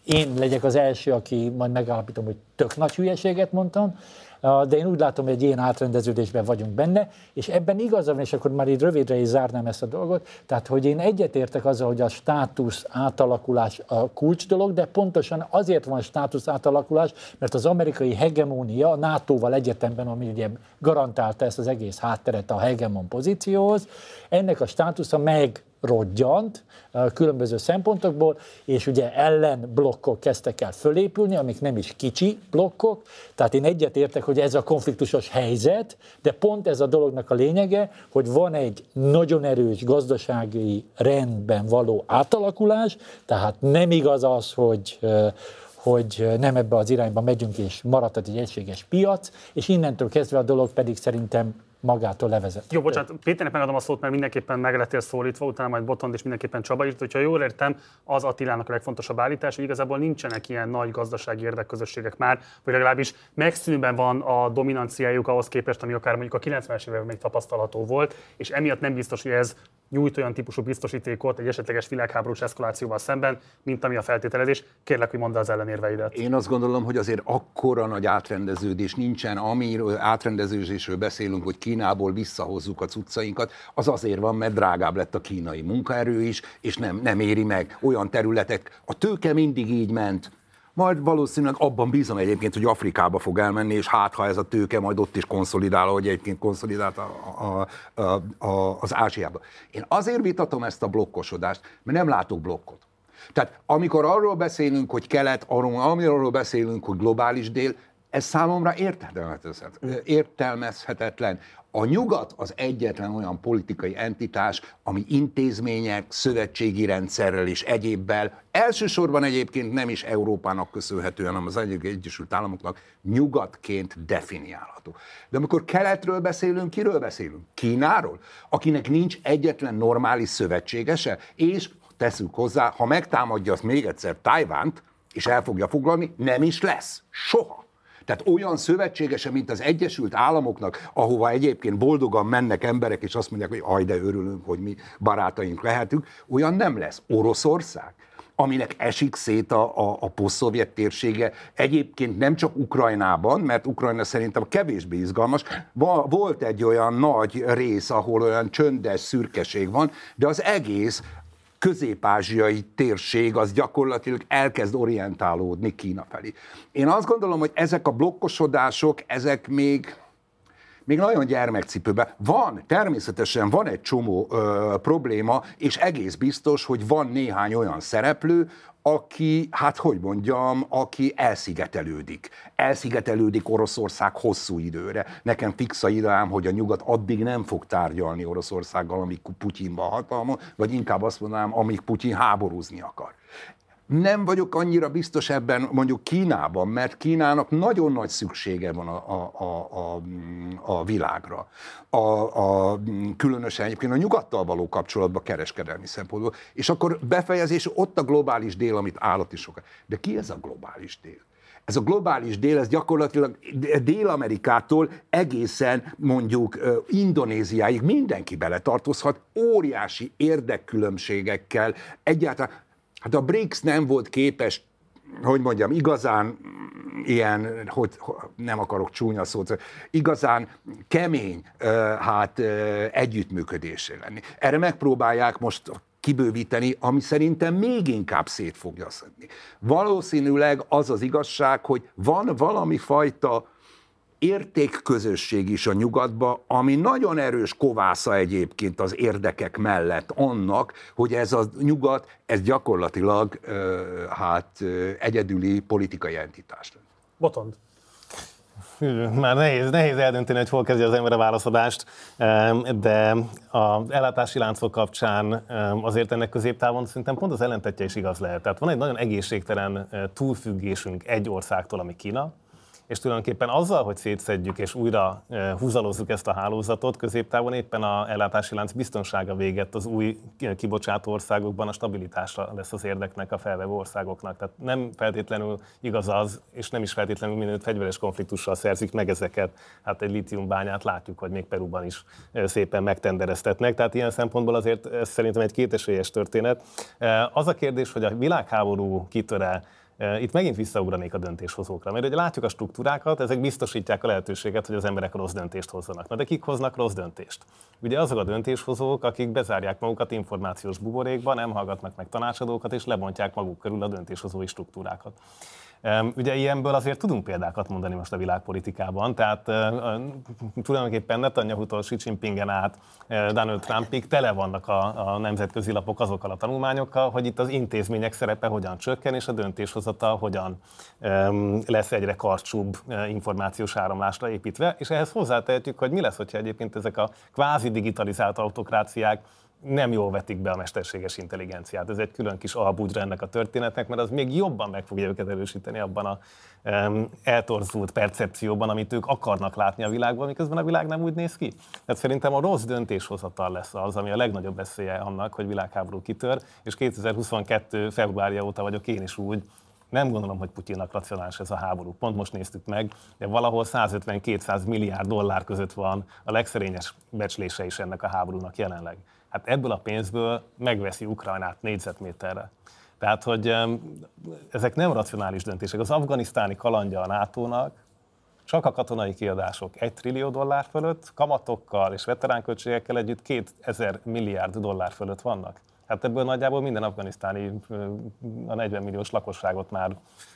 én legyek az első, aki majd megállapítom, hogy tök nagy hülyeséget mondtam, de én úgy látom, hogy egy ilyen átrendeződésben vagyunk benne, és ebben igaza van, és akkor már így rövidre is zárnám ezt a dolgot, tehát hogy én egyetértek azzal, hogy a státusz átalakulás a kulcs dolog, de pontosan azért van státusz átalakulás, mert az amerikai hegemónia a nátóval egyetemben, ami ugye garantálta ezt az egész hátteret a hegemon pozícióhoz, ennek a státusza meg rodgyant különböző szempontokból, és ugye ellen blokkok kezdtek el fölépülni, amik nem is kicsi blokkok, tehát én egyetértek, hogy ez a konfliktusos helyzet, de pont ez a dolognak a lényege, hogy van egy nagyon erős gazdasági rendben való átalakulás, tehát nem igaz az, hogy hogy nem ebbe az irányba megyünk, és maradhat egy egységes piac, és innentől kezdve a dolog pedig szerintem magától levezet. Jó, bocsánat, Péternek megadom a szót, mert mindenképpen meg lettél szólítva, utána majd Botond és mindenképpen Csaba írt, hogyha jól értem, az Attilának a legfontosabb állítás, hogy igazából nincsenek ilyen nagy gazdasági érdekközösségek már, vagy legalábbis megszűnőben van a dominanciájuk ahhoz képest, ami akár mondjuk a kilencvenes években még tapasztalható volt, és emiatt nem biztos, hogy ez nyújt olyan típusú biztosítékot egy esetleges világháborús eszkalációval szemben, mint ami a feltételezés. Kérlek, hogy mondd az ellenérveidet. Én azt gondolom, hogy azért akkora nagy átrendeződés nincsen, amiről átrendeződésről beszélünk, hogy Kínából visszahozzuk a cuccainkat, az azért van, mert drágább lett a kínai munkaerő is, és nem, nem éri meg olyan területek. A tőke mindig így ment. Majd valószínűleg abban bízom egyébként, hogy Afrikába fog elmenni, és hát ha ez a tőke majd ott is konszolidál, ahogy egyébként konszolidált a, a, a, a, az Ázsiába. Én azért vitatom ezt a blokkosodást, mert nem látok blokkot. Tehát amikor arról beszélünk, hogy kelet, arról, arról beszélünk, hogy globális dél, ez számomra értelmezhetetlen. A nyugat az egyetlen olyan politikai entitás, ami intézmények, szövetségi rendszerrel és egyébbel, elsősorban egyébként nem is Európának köszönhetően, hanem az Egyesült Államoknak nyugatként definiálható. De amikor keletről beszélünk, kiről beszélünk? Kínáról, akinek nincs egyetlen normális szövetségese, és teszünk hozzá, ha megtámadja azt még egyszer Tajvánt, és el fogja foglalni, nem is lesz. Soha. Tehát olyan szövetségese, mint az Egyesült Államoknak, ahova egyébként boldogan mennek emberek, és azt mondják, hogy aj, de örülünk, hogy mi barátaink lehetünk, olyan nem lesz. Oroszország, aminek esik szét a, a, a posztszovjet térsége, egyébként nem csak Ukrajnában, mert Ukrajna szerintem kevésbé izgalmas, volt egy olyan nagy rész, ahol olyan csöndes szürkeség van, de az egész közép-ázsiai térség az gyakorlatilag elkezd orientálódni Kína felé. Én azt gondolom, hogy ezek a blokkosodások, ezek még, még nagyon gyermekcipőben. Van, természetesen van egy csomó ö, probléma, és egész biztos, hogy van néhány olyan szereplő, aki, hát hogy mondjam, aki elszigetelődik. Elszigetelődik Oroszország hosszú időre. Nekem fix a ideám, hogy a nyugat addig nem fog tárgyalni Oroszországgal, amíg Putyin van hatalmon, vagy inkább azt mondanám, amíg Putyin háborúzni akar. Nem vagyok annyira biztos ebben mondjuk Kínában, mert Kínának nagyon nagy szüksége van a, a, a, a, a világra. A, a, különösen egyébként a nyugattal való kapcsolatban kereskedelmi szempontból. És akkor befejezés, ott a globális dél, amit állati sokat. De ki ez a globális dél? Ez a globális dél, ez gyakorlatilag Dél-Amerikától egészen mondjuk Indonéziáig mindenki beletartozhat, óriási érdekkülönbségekkel, egyáltalán. Hát a BRICS nem volt képes, hogy mondjam, igazán ilyen, hogy nem akarok csúnya szót, igazán kemény hát, együttműködésre lenni. Erre megpróbálják most kibővíteni, ami szerintem még inkább szét fogja szedni. Valószínűleg az az igazság, hogy van valami fajta értékközösség is a nyugatban, ami nagyon erős kovásza egyébként az érdekek mellett annak, hogy ez a nyugat, ez gyakorlatilag hát egyedüli politikai entitás. Botond. Már nehéz, nehéz eldönteni, hogy hol kezdje az ember a válaszadást, de az ellátási láncok kapcsán azért ennek középtávon szerintem pont az ellentetje is igaz lehet. Tehát van egy nagyon egészségtelen túlfüggésünk egy országtól, ami Kína, és tulajdonképpen azzal, hogy szétszedjük és újra húzalozzuk ezt a hálózatot, középtávon éppen a ellátási lánc biztonsága véget az új kibocsátó országokban a stabilitásra lesz az érdeknek a felvevő országoknak. Tehát nem feltétlenül igaz az, és nem is feltétlenül minden fegyveres konfliktussal szerzik meg ezeket. Hát egy lítiumbányát látjuk, hogy még Peruban is szépen megtendereztetnek. Tehát ilyen szempontból azért ez szerintem egy kétesélyes történet. Az a kérdés, hogy a világháború kitöre Itt megint visszaugranék a döntéshozókra, mert ugye látjuk a struktúrákat, ezek biztosítják a lehetőséget, hogy az emberek rossz döntést hozzanak. Na de kik hoznak rossz döntést? Ugye azok a döntéshozók, akik bezárják magukat információs buborékba, nem hallgatnak meg tanácsadókat, és lebontják maguk körül a döntéshozói struktúrákat. Ugye ilyenből azért tudunk példákat mondani most a világpolitikában, tehát uh, tulajdonképpen Netanyahutól Xi Jinpingen át uh, Donald Trumpig tele vannak a, a nemzetközi lapok azokkal a tanulmányokkal, hogy itt az intézmények szerepe hogyan csökken, és a döntéshozatal hogyan um, lesz egyre karcsúbb uh, információs áramlásra építve, és ehhez hozzátehetjük, hogy mi lesz, hogyha egyébként ezek a kvázi digitalizált autokráciák nem jól vetik be a mesterséges intelligenciát. Ez egy külön kis albúgyra ennek a történetnek, mert az még jobban meg fogja őket erősíteni abban a um, eltorzult percepcióban, amit ők akarnak látni a világban, miközben a világ nem úgy néz ki. Tehát szerintem a rossz döntéshozatal lesz az, ami a legnagyobb veszélye annak, hogy világháború kitör, és kétezer-huszonkettő februárja óta vagyok én is úgy, nem gondolom, hogy Putyinnak racionális ez a háború. Pont most néztük meg, de valahol százötven-kétszáz milliárd dollár között van a legszerényes becslése is ennek a háborúnak jelenleg. Hát ebből a pénzből megveszi Ukrajnát négyzetméterre. Tehát, hogy ezek nem racionális döntések. Az afganisztáni kalandja a nátónak csak a katonai kiadások egy trillió dollár fölött, kamatokkal és veteránköltségekkel együtt kétezer milliárd dollár fölött vannak. Hát ebből nagyjából minden afganisztáni, a negyven milliós lakosságot már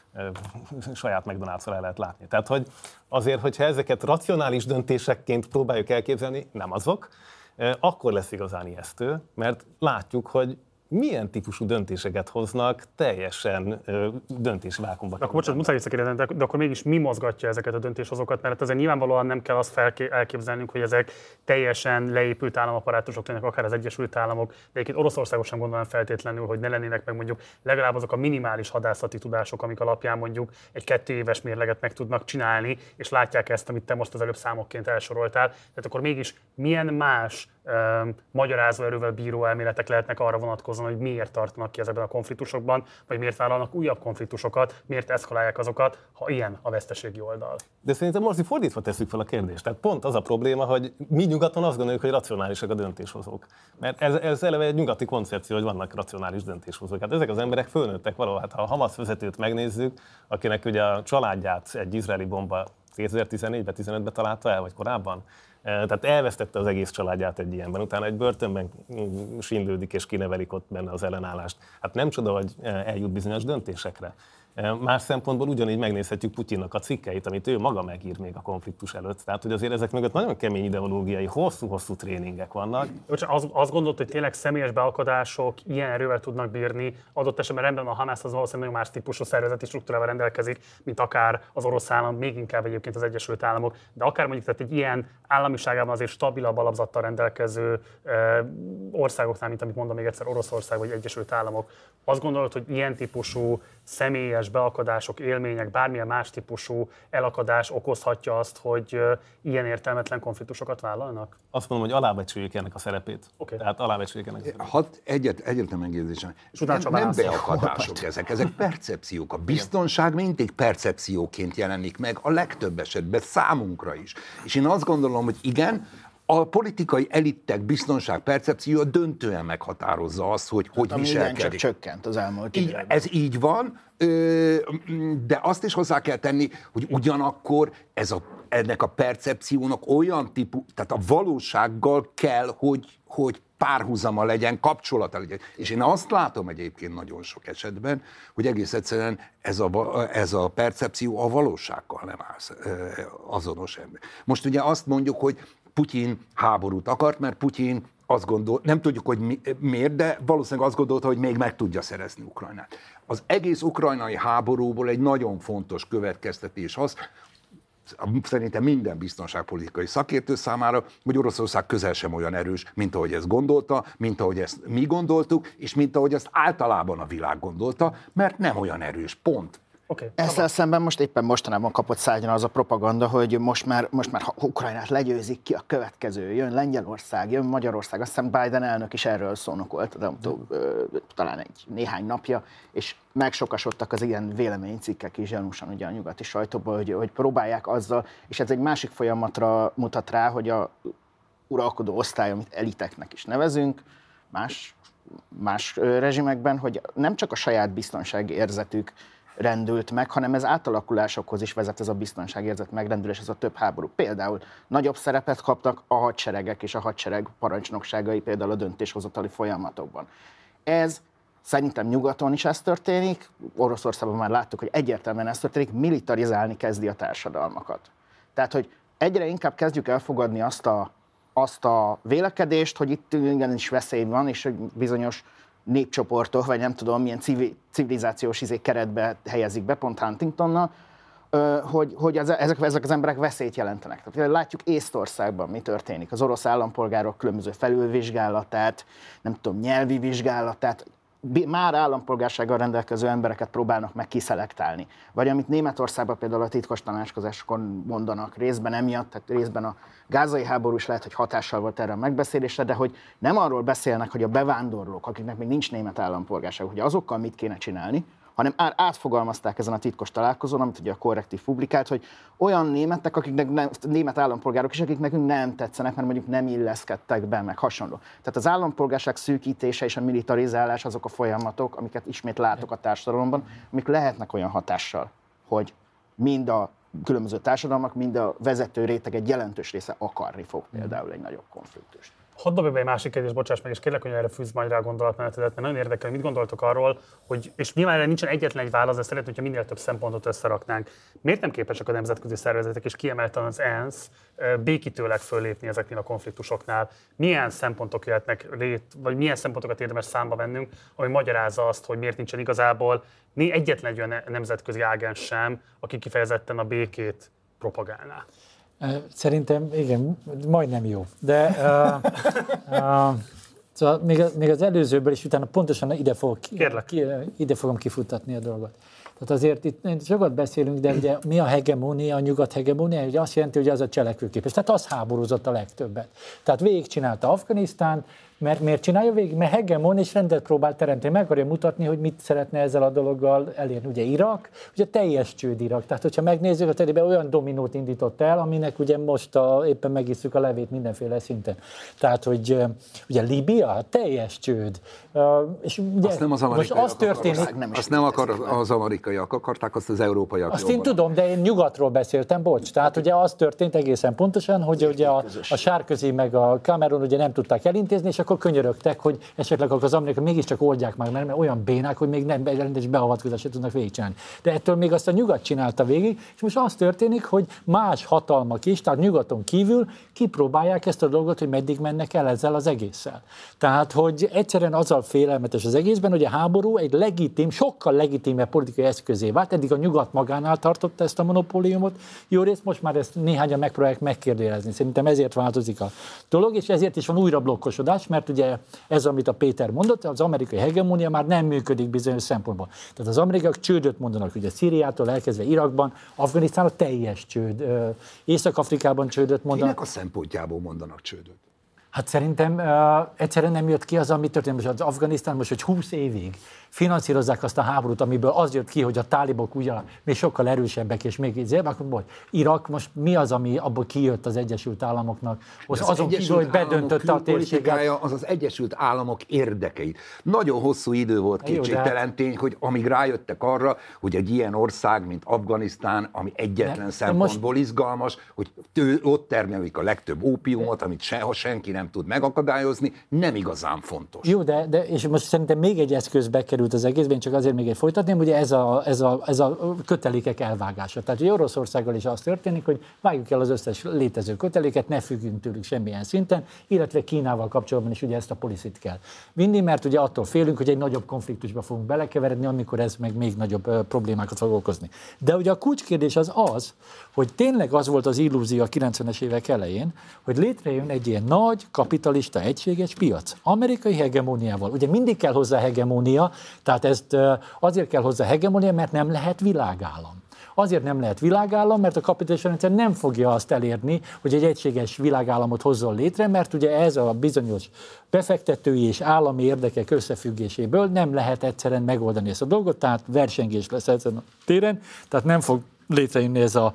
saját McDonald's-ra el lehet látni. Tehát, hogy azért, hogyha ezeket racionális döntésekként próbáljuk elképzelni, nem azok, akkor lesz igazán ijesztő, mert látjuk, hogy milyen típusú döntéseket hoznak teljesen döntési vákumba. Akkor bocsánat, muszáj visszakérdezni, de, de akkor mégis mi mozgatja ezeket a döntéshozókat? Mert azért nyilvánvalóan nem kell azt elképzelnünk, hogy ezek teljesen leépült államaparátusok lennek, akár az Egyesült Államok, de egyébként Oroszországos sem gondolom feltétlenül, hogy ne lennének meg mondjuk legalább azok a minimális hadászati tudások, amik alapján mondjuk egy kettő éves mérleget meg tudnak csinálni, és látják ezt, amit te most az előbb számokként elsoroltál. Tehát akkor mégis milyen más Um, magyarázó erővel bíró elméletek lehetnek arra vonatkozóan, hogy miért tartanak ki ezekben a konfliktusokban, vagy miért vállalnak újabb konfliktusokat, miért eszkalálják azokat, ha ilyen a veszteségi oldal. De szerintem most fordítva tesszük fel a kérdést. Tehát pont az a probléma, hogy mi nyugaton azt gondoljuk, hogy racionálisak a döntéshozók. Mert ez, ez eleve egy nyugati koncepció, hogy vannak racionális döntéshozók. Hát ezek az emberek fölnőttek valahol. Hát ha a Hamas vezetőt megnézzük, akinek ugye a családját egy izraeli bomba kétezer-tizennégyben, tizenötben találta el, vagy korábban, tehát elvesztette az egész családját egy ilyenben, utána egy börtönben sínlődik és kinevelik ott benne az ellenállást. Hát nem csoda, hogy eljut bizonyos döntésekre. Más szempontból ugyanígy megnézhetjük Putyinnak a cikkeit, amit ő maga megír még a konfliktus előtt. Tehát, hogy azért ezek mögött nagyon kemény ideológiai, hosszú-hosszú tréningek vannak. Az, azt gondolt, hogy tényleg személyes beakadások ilyen erővel tudnak bírni, adott esetben rendben a Hamász az valószínűleg nagyon más típusú szervezeti struktúrával rendelkezik, mint akár az orosz állam, még inkább egyébként az Egyesült Államok, de akár mondjuk tehát egy ilyen államiságában azért stabilabb alapzattal rendelkező e, országoknál, mint amit mondom még egyszer, Oroszország vagy Egyesült Államok. Azt gondolod, hogy ilyen típusú személyes beakadások, élmények, bármilyen más típusú elakadás okozhatja azt, hogy ilyen értelmetlen konfliktusokat vállalnak? Azt mondom, hogy alábecsüljük ennek a szerepét. Okay. Tehát alábecsüljük ennek a szerepét. Hadd egyet, egyetlen megjegyzésem. Nem, nem beakadások ezek, ezek percepciók. A biztonság mindig percepcióként jelenik meg, a legtöbb esetben számunkra is. És én azt gondolom, hogy igen, a politikai elittek biztonságpercepciója döntően meghatározza azt, hogy hogy viselkedik. Minden csak csökkent az elmúlt időben. Ez így van, de azt is hozzá kell tenni, hogy ugyanakkor ez a, ennek a percepciónak olyan típus, tehát a valósággal kell, hogy, hogy párhuzama legyen, kapcsolata legyen. És én azt látom egyébként nagyon sok esetben, hogy egész egyszerűen ez a, ez a percepció a valósággal nem áll azonos ember. Most ugye azt mondjuk, hogy Putyin háborút akart, mert Putyin azt gondolt, nem tudjuk, hogy mi, miért, de valószínűleg azt gondolta, hogy még meg tudja szerezni Ukrajnát. Az egész ukrajnai háborúból egy nagyon fontos következtetés az, szerintem minden biztonságpolitikai szakértő számára, hogy Oroszország közel sem olyan erős, mint ahogy ezt gondolta, mint ahogy ezt mi gondoltuk, és mint ahogy ezt általában a világ gondolta, mert nem olyan erős, pont. Okay. Ezzel szemben most éppen mostanában kapott szárnyra az a propaganda, hogy most már, most már Ukrajnát legyőzik ki a következő, jön Lengyelország, jön Magyarország, azt hiszem Biden elnök is erről szónokolt, de talán egy néhány napja, és megsokasodtak az ilyen véleménycikkek is gyanúsan ugye a nyugati sajtóból, hogy, hogy próbálják azzal, és ez egy másik folyamatra mutat rá, hogy a uralkodó osztály, amit eliteknek is nevezünk, más, más rezsimekben, hogy nem csak a saját biztonsági érzetük rendült meg, hanem ez átalakulásokhoz is vezet, ez a biztonságérzet megrendülés, ez a több háború. Például nagyobb szerepet kaptak a hadseregek és a hadsereg parancsnokságai például a döntéshozatali folyamatokban. Ez szerintem nyugaton is ez történik, Oroszországban már láttuk, hogy egyértelműen ez történik, militarizálni kezdi a társadalmakat. Tehát, hogy egyre inkább kezdjük elfogadni azt a, azt a vélekedést, hogy itt igenis veszély van, és hogy bizonyos népcsoportok, vagy nem tudom, milyen civil, civilizációs izé keretbe helyezik be, pont Huntingtonnal, hogy, hogy az, ezek, ezek az emberek veszélyt jelentenek. Tehát látjuk Észtországban mi történik. Az orosz állampolgárok különböző felülvizsgálatát, nem tudom, nyelvi vizsgálatát, már állampolgársággal rendelkező embereket próbálnak meg kiszelektálni. Vagy amit Németországban például a titkos tanácskozásokon mondanak, részben emiatt, tehát részben a gázai háború is lehet, hogy hatással volt erre a megbeszélésre, de hogy nem arról beszélnek, hogy a bevándorlók, akiknek még nincs német állampolgárság, hogy azokkal mit kéne csinálni, hanem átfogalmazták ezen a titkos találkozón, amit ugye a Korrektív publikált, hogy olyan németek, akiknek nem, német állampolgárok is, akik nekünk nem tetszenek, mert mondjuk nem illeszkedtek be, meg hasonló. Tehát az állampolgárság szűkítése és a militarizálás azok a folyamatok, amiket ismét látok a társadalomban, amik lehetnek olyan hatással, hogy mind a különböző társadalmak, mind a vezető réteg egy jelentős része akarni fog például egy nagyobb konfliktust. Hadd dobjuk be egy másik kérdést, bocsáss meg, és kérlek, hogy erre fűzd majd rá a gondolatmenetedet, mert nagyon érdekel, hogy mit gondoltok arról, hogy, és nyilván erre nincsen egyetlen egy válasz, de szeretném, hogyha minél több szempontot összeraknánk. Miért nem képesek a nemzetközi szervezetek, és kiemelten az ENSZ békítőleg föllépni ezeknél a konfliktusoknál? Milyen szempontok jöhetnek lét, vagy milyen szempontokat érdemes számba vennünk, ami magyarázza azt, hogy miért nincsen igazából egyetlen egy olyan nemzetközi ágens sem, aki kifejezetten a békét propagálná? Szerintem igen, majdnem jó. De uh, uh, szóval még, még az előzőből is utána pontosan ide, fog, ki, ide fogom kifuttatni a dolgot. Tehát azért itt sokat beszélünk, de ugye mi a hegemónia, a nyugat hegemónia, ugye azt jelenti, hogy az a cselekvőképes. Tehát az háborúzott a legtöbbet. Tehát végigcsinálta Afganisztánt, mert miért csinálja végig? Mert hegemon és rendet próbál teremteni, meg akarja mutatni, hogy mit szeretne ezzel a dologgal elérni. Ugye Irak, ugye teljes csőd Irak. Tehát, hogyha megnézzük, a terében olyan dominót indított el, aminek ugye most a, éppen megisszük a levét mindenféle szinten. Tehát, hogy ugye Líbia, teljes csőd. Uh, és ugye azt nem az most az történik. Nem azt nem akar, az amerikaiak akarták, azt az európaiak. Azt jobban. Én tudom, de én nyugatról beszéltem, bocs. Tehát ugye az történt egészen pontosan, hogy ugye a, a Sárközi meg a Cameron ugye nem tudták elintézni, és akkor könyörögtek, hogy esetleg az amerikai mégiscsak oldják meg, mert olyan bénák, hogy még nem rendes beavatkozást tudnak végigcsinálni. De ettől még azt a nyugat csinálta végig, és most az történik, hogy más hatalmak is, tehát nyugaton kívül kipróbálják ezt a dolgot, hogy meddig mennek el ezzel az egésszel. Tehát, hogy egyszerűen az a félelmetes az egészben, hogy a háború egy legitim, sokkal legitimebb politikai eszközé vált, eddig a nyugat magánál tartotta ezt a monopóliumot, jó részt most már ezt néhányan megpróbálják megkérdőjelezni. Szerintem ezért változik a dolog, és ezért is van újra blokkosodás, mert ugye ez, amit a Péter mondott, az amerikai hegemónia már nem működik bizonyos szempontból. Tehát az amerikaiak csődöt mondanak, ugye Szíriától elkezdve Irakban, Afganisztán a teljes csőd, Észak-Afrikában csődöt mondanak. Kinek a szempontjából mondanak csődöt? Hát szerintem uh, egyszerűen nem jött ki az, ami történt. Most az Afganisztán most, hogy húsz évig finanszírozzák azt a háborút, amiből az jött ki, hogy a tálibok ugye még sokkal erősebbek, és még így, akkor bocs, Irak most mi az, ami abból kijött az Egyesült Államoknak? Az azon kívül, hogy bedöntötte a térséget. Az az Egyesült Államok érdekeit. Nagyon hosszú idő volt kétségtelen tény, hogy amíg rájöttek arra, hogy egy ilyen ország, mint Afganisztán, ami egyetlen de, szempontból most... izgalmas, hogy tő, ott termelik a legtöbb ópiumot, amit se, ha senki nem tud megakadályozni, nem igazán fontos. Jó, de, de és most szerintem még egy eszköz bekerült az egészben, csak azért még egy folytatném, ugye ez a, ez, a, ez a kötelékek elvágása. Tehát, hogy Oroszországgal is az történik, hogy vágjuk el az összes létező köteléket, ne függjünk tőlük semmilyen szinten, illetve Kínával kapcsolatban is ugye ezt a policit kell vinni, mert ugye attól félünk, hogy egy nagyobb konfliktusba fogunk belekeveredni, amikor ez meg még nagyobb uh, problémákat fog okozni. De ugye a kulcskérdés az az, hogy tényleg az volt az illúzió a kilencvenes évek elején, hogy létrejön egy ilyen nagy, kapitalista, egységes piac. Amerikai hegemóniával. Ugye mindig kell hozzá hegemónia, tehát ezt azért kell hozzá hegemónia, mert nem lehet világállam. Azért nem lehet világállam, mert a kapitalista rendszer nem fogja azt elérni, hogy egy egységes világállamot hozzon létre, mert ugye ez a bizonyos befektetői és állami érdekek összefüggéséből nem lehet egyszerűen megoldani ezt a dolgot, tehát versengés lesz ezen a téren, tehát nem fog létrejönni ez a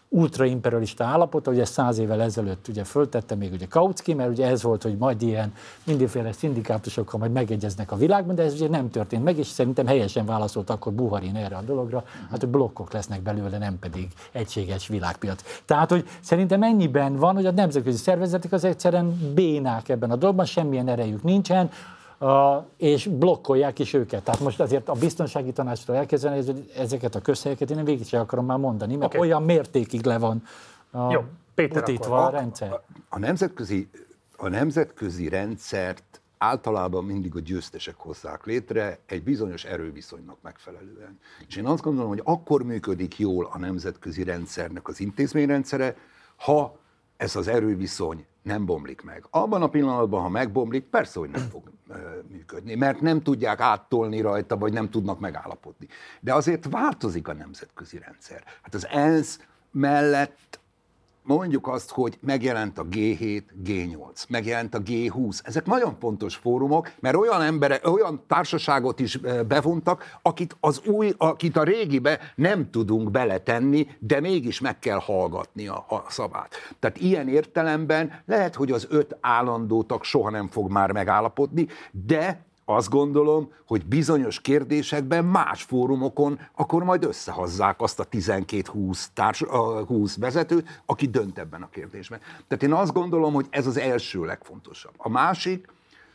ultraimperialista állapota, ugye száz évvel ezelőtt ugye föltette még ugye Kautsky, mert ugye ez volt, hogy majd ilyen mindenféle szindikátusokkal majd megegyeznek a világban, de ez ugye nem történt meg, és szerintem helyesen válaszolt akkor Buharin erre a dologra, hát hogy blokkok lesznek belőle, nem pedig egységes világpiac. Tehát, hogy szerintem ennyiben van, hogy a nemzetközi szervezetek az egyszerűen bénák ebben a dologban, semmilyen erejük nincsen, Uh, és blokkolják is őket. Tehát most azért a biztonsági tanácstól elkezdeni ezeket a közhelyeket én végig sem akarom már mondani, mert okay. olyan mértékig le van uh, Jó, Péter, utítva a rendszer. A, a, nemzetközi, a nemzetközi rendszert általában mindig a győztesek hozzák létre egy bizonyos erőviszonynak megfelelően. És én azt gondolom, hogy akkor működik jól a nemzetközi rendszernek az intézményrendszere, ha ez az erőviszony nem bomlik meg. Abban a pillanatban, ha megbomlik, persze, hogy nem fog ö, működni, mert nem tudják áttolni rajta, vagy nem tudnak megállapodni. De azért változik a nemzetközi rendszer. Hát az ENSZ mellett mondjuk azt, hogy megjelent a gé hét, gé nyolc, megjelent a gé húsz. Ezek nagyon fontos fórumok, mert olyan emberek, olyan társaságot is bevontak, akit, az új, akit a régibe nem tudunk beletenni, de mégis meg kell hallgatni a, a szavát. Tehát ilyen értelemben lehet, hogy az öt állandó tag soha nem fog már megállapodni, de azt gondolom, hogy bizonyos kérdésekben más fórumokon akkor majd összehozzák azt a tizenkét-húsz társ, húsz vezetőt, aki dönt ebben a kérdésben. Tehát én azt gondolom, hogy ez az első legfontosabb. A másik,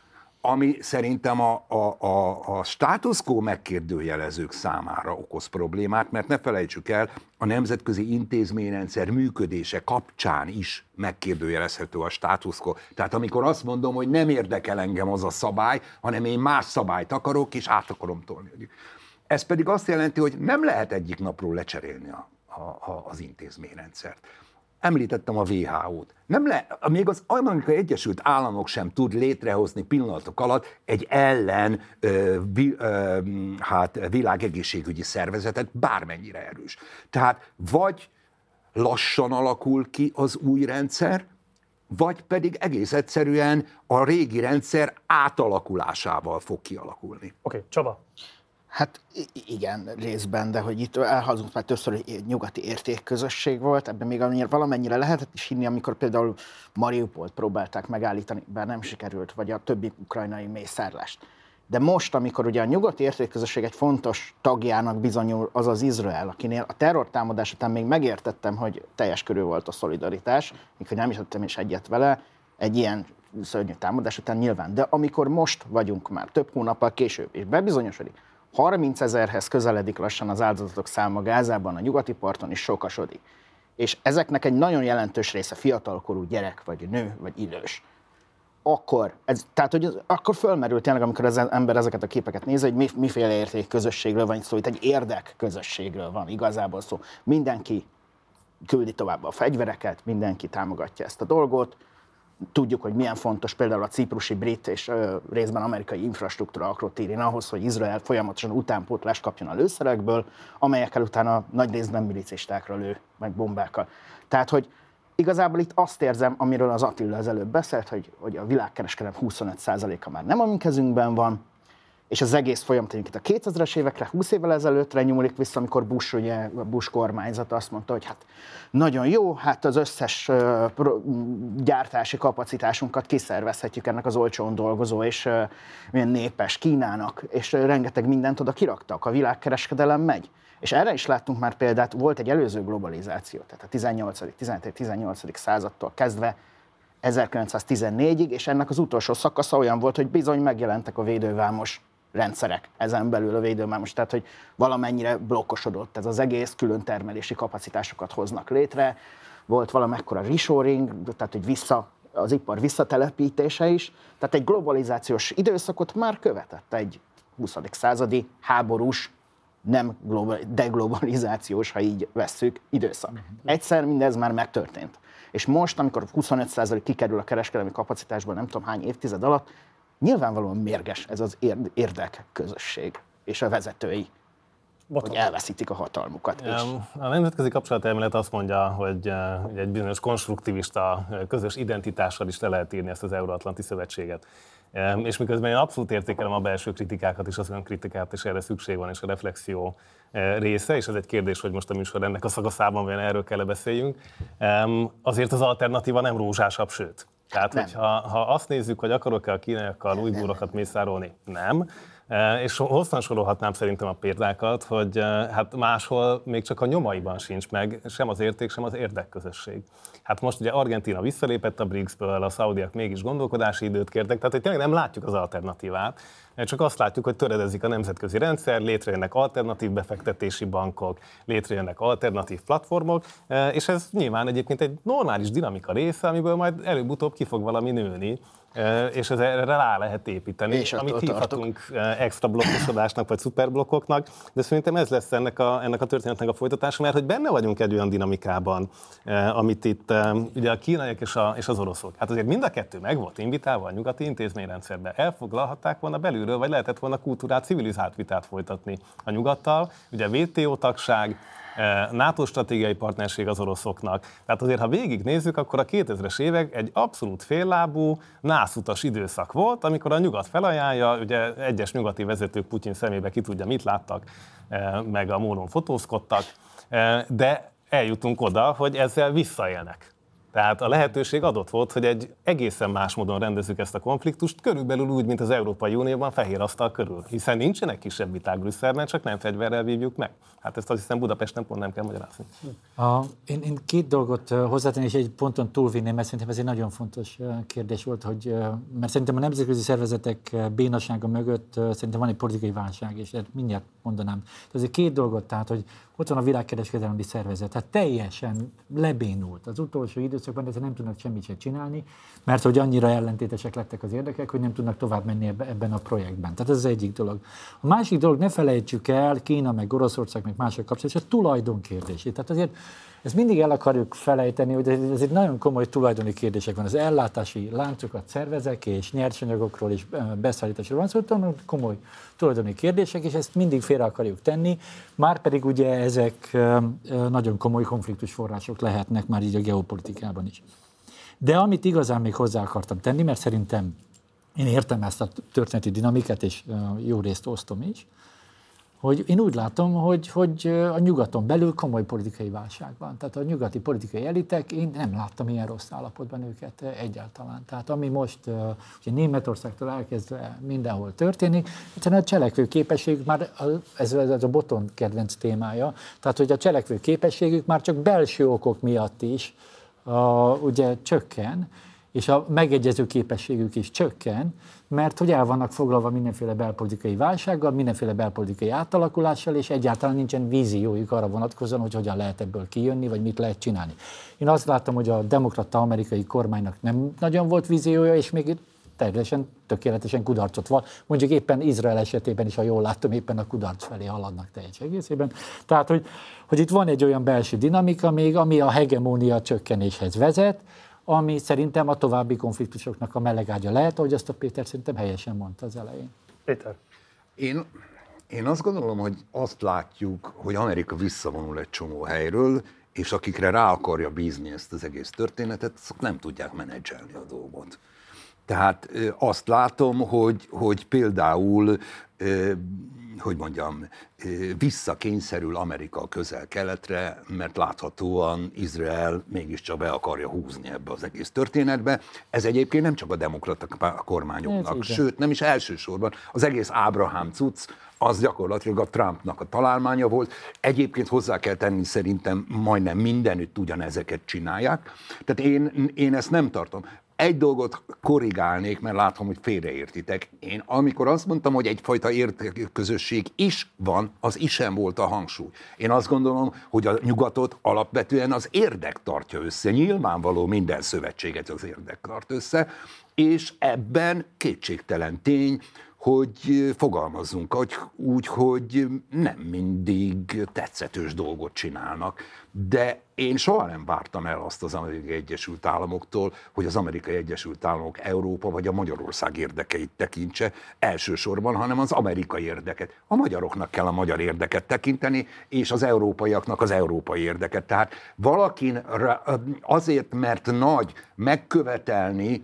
ami szerintem a, a, a, a status quo megkérdőjelezők számára okoz problémát, mert ne felejtsük el, a nemzetközi intézményrendszer működése kapcsán is megkérdőjelezhető a status quo. Tehát amikor azt mondom, hogy nem érdekel engem az a szabály, hanem én más szabályt akarok, és át akarom tolni. Ez pedig azt jelenti, hogy nem lehet egyik napról lecserélni a, a, a, az intézményrendszert. Említettem a vé há ó-t. Nem le, még az Amerikai Egyesült Államok sem tud létrehozni pillanatok alatt egy ellen ö, vi, ö, hát, világegészségügyi szervezetet, bármennyire erős. Tehát vagy lassan alakul ki az új rendszer, vagy pedig egész egyszerűen a régi rendszer átalakulásával fog kialakulni. Oké, okay, Csaba. Hát igen, részben, de hogy itt elhangzott már többször, hogy nyugati értékközösség volt, ebben még valamennyire lehetett is hinni, amikor például Mariupolt próbálták megállítani, bár nem sikerült, vagy a többi ukrajnai mészárlást. De most, amikor ugye a nyugati értékközösség egy fontos tagjának bizonyul, az az Izrael, akinél a terrortámadás után még megértettem, hogy teljes körül volt a szolidaritás, míg hogy nem is tettem is egyet vele, egy ilyen szörnyű támadás után nyilván. De amikor most vagyunk már több hónappal később, és bebizonyosodik, harmincezerhez közeledik lassan az áldozatok száma Gázában, a nyugati parton is sokasodik. És ezeknek egy nagyon jelentős része fiatalkorú gyerek, vagy nő, vagy idős. Akkor, ez, tehát, hogy az, akkor fölmerült tényleg, amikor az ember ezeket a képeket nézi, hogy mi, miféle értékközösségről van szó, itt egy érdekközösségről van igazából szó. Mindenki küldi tovább a fegyvereket, mindenki támogatja ezt a dolgot. Tudjuk, hogy milyen fontos például a ciprusi, brit és ö, részben amerikai infrastruktúra akrotírin ahhoz, hogy Izrael folyamatosan utánpótlást kapjon a lőszerekből, amelyekkel utána nagy részben milicistákra lő, meg bombákkal. Tehát, hogy igazából itt azt érzem, amiről az Attila az előbb beszélt, hogy, hogy a világkereskedelem huszonöt százaléka már nem a mi kezünkben van, és az egész folyamat itt a kétezres évekre, húsz évvel ezelőttre nyúlik vissza, amikor Bush, ugye, Bush kormányzata azt mondta, hogy hát nagyon jó, hát az összes uh, gyártási kapacitásunkat kiszervezhetjük ennek az olcsón dolgozó és uh, milyen népes Kínának, és uh, rengeteg mindent oda kiraktak, a világkereskedelem megy. És erre is láttunk már példát, volt egy előző globalizáció, tehát a tizennyolcadik tizenhetedik tizennyolcadik századtól kezdve ezerkilencszáztizennégyig, és ennek az utolsó szakasza olyan volt, hogy bizony megjelentek a védővámos rendszerek, ezen belül a védővámos, tehát hogy valamennyire blokkosodott ez az egész, külön termelési kapacitásokat hoznak létre, volt valamekkora reshoring, tehát hogy vissza, az ipar visszatelepítése is, tehát egy globalizációs időszakot már követett egy huszadik századi háborús, nem global, deglobalizációs, ha így vesszük, időszak. Egyszer mindez már megtörtént. És most, amikor huszonöt százalék kikerül a kereskedelmi kapacitásból nem tudom hány évtized alatt, nyilvánvalóan mérges ez az érdekközösség és a vezetői. hogy elveszítik a hatalmukat. És... A nemzetközi kapcsolatelmélet azt mondja, hogy egy bizonyos konstruktivista közös identitással is le lehet írni ezt az Euróatlanti Szövetséget. És miközben én abszolút értékelem a belső kritikákat és az önkritikát, és erre szükség van, és a reflexió része, és ez egy kérdés, hogy most a műsor ennek a szakaszában vajon erről kell beszéljünk, azért az alternatíva nem rózsásabb, sőt. Tehát, hogyha ha azt nézzük, hogy akarok-e a kínaiakkal ujgurokat mészárolni, nem. És hosszan sorolhatnám szerintem a példákat, hogy hát máshol még csak a nyomaiban sincs meg sem az érték, sem az érdekközösség. Hát most ugye Argentína visszalépett a briksből, a szaudiak mégis gondolkodási időt kértek, tehát hogy tényleg nem látjuk az alternatívát, csak azt látjuk, hogy töredezik a nemzetközi rendszer, létrejönnek alternatív befektetési bankok, létrejönnek alternatív platformok, és ez nyilván egyébként egy normális dinamika része, amiből majd előbb-utóbb ki fog valami nőni, és ez erre rá lehet építeni, és amit hívhatunk extra blokkosodásnak vagy szuperblokkoknak, de szerintem ez lesz ennek a, ennek a történetnek a folytatása, mert hogy benne vagyunk egy olyan dinamikában, amit itt ugye a kínaiak és, a, és az oroszok. Hát azért mind a kettő meg volt invitálva a nyugati intézményrendszerbe. Elfoglalhatták volna belülről, vagy lehetett volna kultúrát, civilizált vitát folytatni a nyugattal. Ugye vé té o tagság, NATO stratégiai partnerség az oroszoknak. Tehát azért, ha végignézzük, akkor a kétezres évek egy abszolút féllábú, nászutas időszak volt, amikor a nyugat felajánlja, ugye egyes nyugati vezetők Putyin szemébe ki tudja, mit láttak, meg a mólon fotózkodtak, de eljutunk oda, hogy ezzel visszaélnek. Tehát a lehetőség adott volt, hogy egy egészen más módon rendezzük ezt a konfliktust, körülbelül úgy, mint az Európai Unióban fehér asztal körül. Hiszen nincsenek kisebb viták Brüsszelben, csak nem fegyverrel vívjuk meg. Hát ezt azt hiszem Budapesten pont nem kell magyarázni. A, én, én két dolgot hozzátenni, és egy ponton túlvinném, mert szerintem ez egy nagyon fontos kérdés volt, hogy, mert szerintem a nemzetközi szervezetek bénasága mögött szerintem van egy politikai válság, és mindjárt mondanám. De azért két dolgot, tehát, hogy ott van a világkereskedelmi szervezet, tehát teljesen lebénult. Az utolsó időszakban ezzel nem tudnak semmit sem csinálni, mert hogy annyira ellentétesek lettek az érdekek, hogy nem tudnak tovább menni ebben a projektben. Tehát ez az egyik dolog. A másik dolog, ne felejtsük el, Kína, meg Oroszország, meg mások kapcsolatban, a tulajdon kérdését. Tehát azért ezt mindig el akarjuk felejteni, hogy ez egy nagyon komoly tulajdoni kérdések van. Az ellátási láncokat szervezek, és nyersanyagokról és beszállításról van szó, szóval komoly tulajdoni kérdések, és ezt mindig félre akarjuk tenni. Márpedig ugye ezek nagyon komoly konfliktusforrások lehetnek már így a geopolitikában is. De amit igazán még hozzá akartam tenni, mert szerintem én értem ezt a történeti dinamikát, és jó részt osztom is, hogy én úgy látom, hogy, hogy a nyugaton belül komoly politikai válság van. Tehát a nyugati politikai elitek, én nem láttam ilyen rossz állapotban őket egyáltalán. Tehát ami most ugye Németországtól elkezdve mindenhol történik, egyszerűen a cselekvő képességük már, ez, ez a Botton kedvenc témája, tehát hogy a cselekvő képességük már csak belső okok miatt is uh, ugye csökken, és a megegyező képességük is csökken, mert hogy el vannak foglalva mindenféle belpolitikai válsággal, mindenféle belpolitikai átalakulással, és egyáltalán nincsen víziójuk arra vonatkozóan, hogy hogyan lehet ebből kijönni, vagy mit lehet csinálni. Én azt láttam, hogy a demokrata amerikai kormánynak nem nagyon volt víziója, és még teljesen, tökéletesen kudarcot van. Mondjuk éppen Izrael esetében is, ha jól láttam, éppen a kudarc felé haladnak teljes egészében. Tehát, hogy, hogy itt van egy olyan belső dinamika még, ami a hegemónia csökkenéshez vezet, ami szerintem a további konfliktusoknak a melegágya lehet, ahogy azt a Péter szerintem helyesen mondta az elején. Péter. Én, én azt gondolom, hogy azt látjuk, hogy Amerika visszavonul egy csomó helyről, és akikre rá akarja bízni ezt az egész történetet, azok nem tudják menedzselni a dolgot. Tehát azt látom, hogy, hogy például, hogy mondjam, visszakényszerül Amerika a közel-keletre, mert láthatóan Izrael mégiscsak be akarja húzni ebbe az egész történetbe. Ez egyébként nem csak a demokrata kormányoknak, sőt nem is elsősorban. Az egész Ábrahám cucc, az gyakorlatilag a Trumpnak a találmánya volt. Egyébként hozzá kell tenni, szerintem majdnem mindenütt ugyanezeket csinálják. Tehát én, én ezt nem tartom. Egy dolgot korrigálnék, mert látom, hogy félreértitek. Én amikor azt mondtam, hogy egyfajta értékközösség is van, az is sem volt a hangsúly. Én azt gondolom, hogy a nyugatot alapvetően az érdek tartja össze. Nyilvánvaló minden szövetséget az érdek tart össze, és ebben kétségtelen tény, hogy fogalmazzunk hogy, úgy, hogy nem mindig tetszetős dolgot csinálnak, de én soha nem vártam el azt az Amerikai Egyesült Államoktól, hogy az Amerikai Egyesült Államok Európa vagy a Magyarország érdekeit tekintse elsősorban, hanem az amerikai érdeket. A magyaroknak kell a magyar érdeket tekinteni, és az európaiaknak az európai érdeket. Tehát valakin azért, mert nagy megkövetelni,